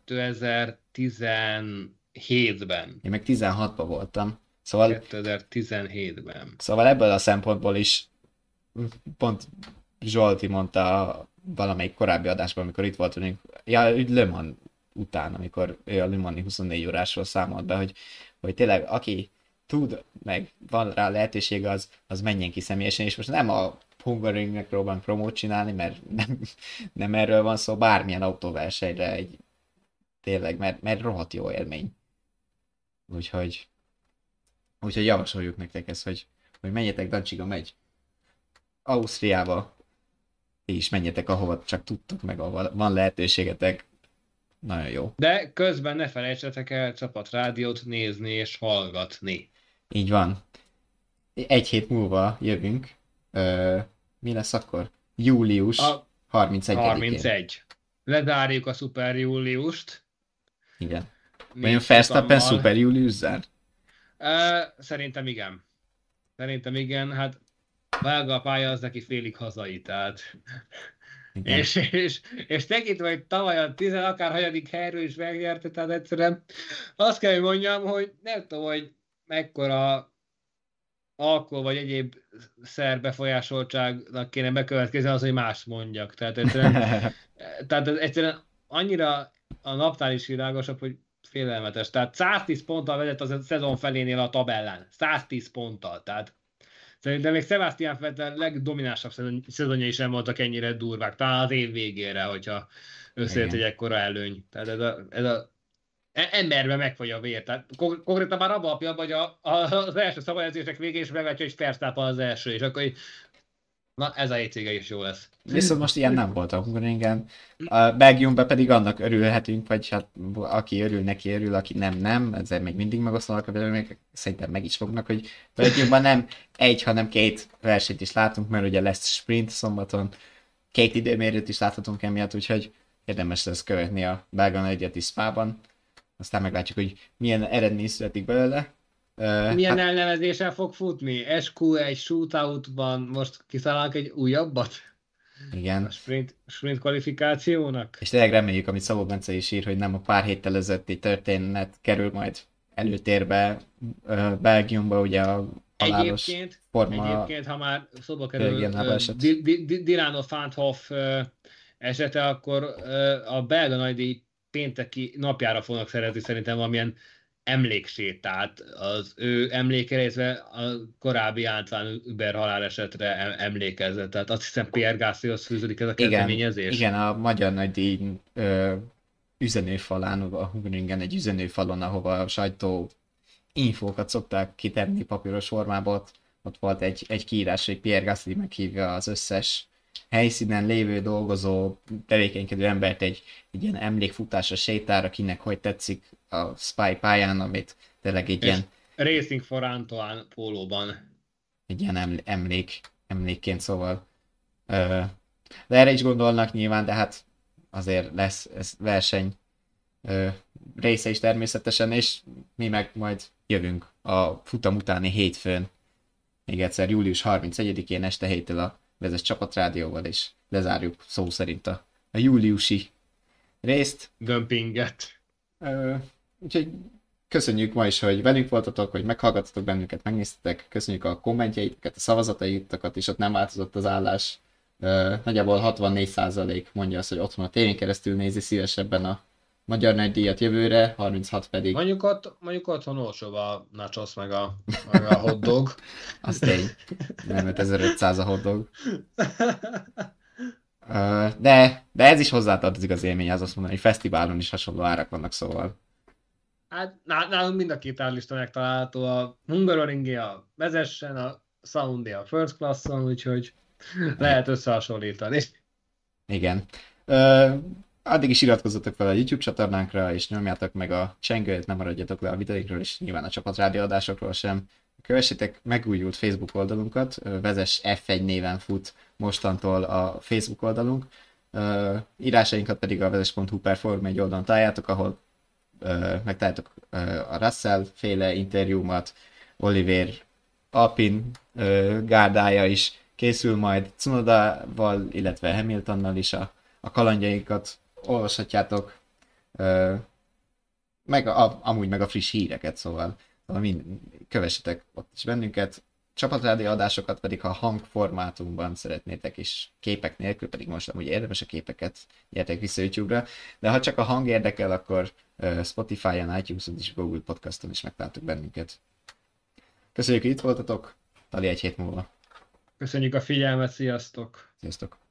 2017-ben. Én meg 16-ban voltam. Szóval 2017-ben. Szóval ebből a szempontból is pont Zsolti mondta valamelyik korábbi adásban, amikor itt voltunk, Le Mans után, amikor ő a Le Mans-i 24 órásról számolt be, hogy tényleg aki tud, meg van rá lehetőség, az menjen ki személyesen, és most nem a Hungaroringnek próbálunk promót csinálni, mert nem erről van szó, bármilyen autóversenyre tényleg, mert rohadt jó élmény. Úgyhogy javasoljuk nektek ezt, hogy menjetek, Dancsiga megy Ausztriába, és menjetek ahova csak tudtok, meg ahova van lehetőségetek. Nagyon jó. De közben ne felejtsetek el csapatrádiót nézni és hallgatni. Így van. Egy hét múlva jövünk. Mi lesz akkor? Július 31-én. 31. Lezárjuk a Szuper Júliust. Igen. Vajon Verstappen Szuper Július zár? Szerintem igen. Hát vága a pálya, az neki félig hazai, tehát... És tekintve, hogy tavaly a 10 akárhanyadik helyről is megnyerte, tehát egyszerűen azt kell, hogy mondjam, hogy nem tudom, hogy mekkora alkohol vagy egyéb szer befolyásoltságnak kéne bekövetkezni az, hogy más mondjak. Tehát egyszerűen annyira a naptár is világosabb, hogy félelmetes. Tehát 110 ponttal vezet az a szezon felénél a tabellán. 110 ponttal. Tehát szerintem még Sebastian Vettel legdominánsabb szezonjai is nem voltak ennyire durvák. Talán az év végére, hogyha összejött egy ekkora előny. Tehát ez a emberben megfogy a vér. Tehát konkrétan már abban a pillanatban, hogy az első szabályozások végén is meglátja, hogy Verstappen az első, és akkor na ez a hétvége is jó lesz. Viszont most ilyen nem volt a Hungaroringen. A Belgiumban pedig annak örülhetünk, vagy hát aki örül, neki örül, aki nem, ezzel még mindig megosztanak a vélemények, szerintem meg is fognak, hogy Belgiumban nem egy, hanem két versenyt is látunk, mert ugye lesz sprint szombaton, két időmérőt is láthatunk emiatt, úgyhogy érdemes lesz követni a belga nagydíjat is Spában. Aztán meglátjuk, hogy milyen eredmény születik belőle. Milyen elnevezéssel fog futni? SQ1 shootoutban most kiszállnak egy újabbat? Igen. A sprint kvalifikációnak? És tényleg reméljük, amit Szabó Bence is ír, hogy nem a pár héttel ezelőtti történet kerül majd előtérbe Belgiumba, ugye a halálos Egyébként, ha már szóba kerül Dylan Fanthoff esete, akkor a belga nagydíj pénteki napjára fognak szerezni szerintem valamilyen emléksétát az ő emlékezve a korábbi Antoine Hubert halálesetre emlékezett. Tehát azt hiszem Pierre Gaslyhoz fűződik ez a kezdeményezés. Igen, a Magyar Nagydíj üzenőfalán, a Hungaroringen egy üzenőfalon, ahova a sajtó infókat szokták kitenni papíros formában, ott volt egy kiírás, hogy Pierre Gasly meghívja az összes helyszínen lévő, dolgozó, tevékenykedő embert egy ilyen emlékfutásra, sétára, akinek hogy tetszik a Spy pályán, amit tényleg egy ilyen... Racing for Antoine pólóban. Egy ilyen emlékként, szóval... De erre is gondolnak nyilván, de hát azért lesz ez verseny része is természetesen, és mi meg majd jövünk a futam utáni hétfőn, még egyszer július 31-én este 7-től a Vezes csapatrádióval, és lezárjuk szó szerint a júliusi részt. Dömpinget. Úgyhogy köszönjük ma is, hogy velünk voltatok, hogy meghallgattatok bennünket, megnéztetek, köszönjük a kommentjeiteket, a szavazataitokat, és ott nem változott az állás. Nagyjából 64% mondja azt, hogy otthon a tévén keresztül nézi szívesebben a Magyar Nagydíjat jövőre, 36 pedig... Mondjuk otthon olcsóbb a nachos meg a hotdog. Az tény. Nem 5500 a hotdog. De ez is hozzátartozik az élmény, az azt mondani, hogy fesztiválon is hasonló árak vannak, szóval. Hát nálunk mind a két árlista megtalálható, a Hungaroringi a vezessen, a Soundi a First Classon, úgyhogy lehet összehasonlítani. Igen. Addig is iratkozzatok fel a YouTube csatornánkra, és nyomjátok meg a csengőt, nem maradjatok le a videóikról, és nyilván a csapatrádió adásokról sem. Kövessétek megújult Facebook oldalunkat, Vezess F1 néven fut mostantól a Facebook oldalunk. Írásainkat pedig a vezes.hu/Forma1 oldalon találjátok, ahol megtaláljátok a Russell féle interjúmat, Oliver Alpin gárdája is készül majd Cunodával, illetve Hamiltonnal is a kalandjaikat olvashatjátok, amúgy meg a friss híreket, szóval kövessetek ott is bennünket. Csapatrádió adásokat pedig, ha hangformátumban szeretnétek, és képek nélkül, pedig most amúgy érdemes a képeket, gyertek vissza YouTube-ra, de ha csak a hang érdekel, akkor Spotify-on, iTunes-on és Google Podcaston is megtaláltok bennünket. Köszönjük, hogy itt voltatok, Tali egy hét múlva. Köszönjük a figyelmet, sziasztok! Sziasztok!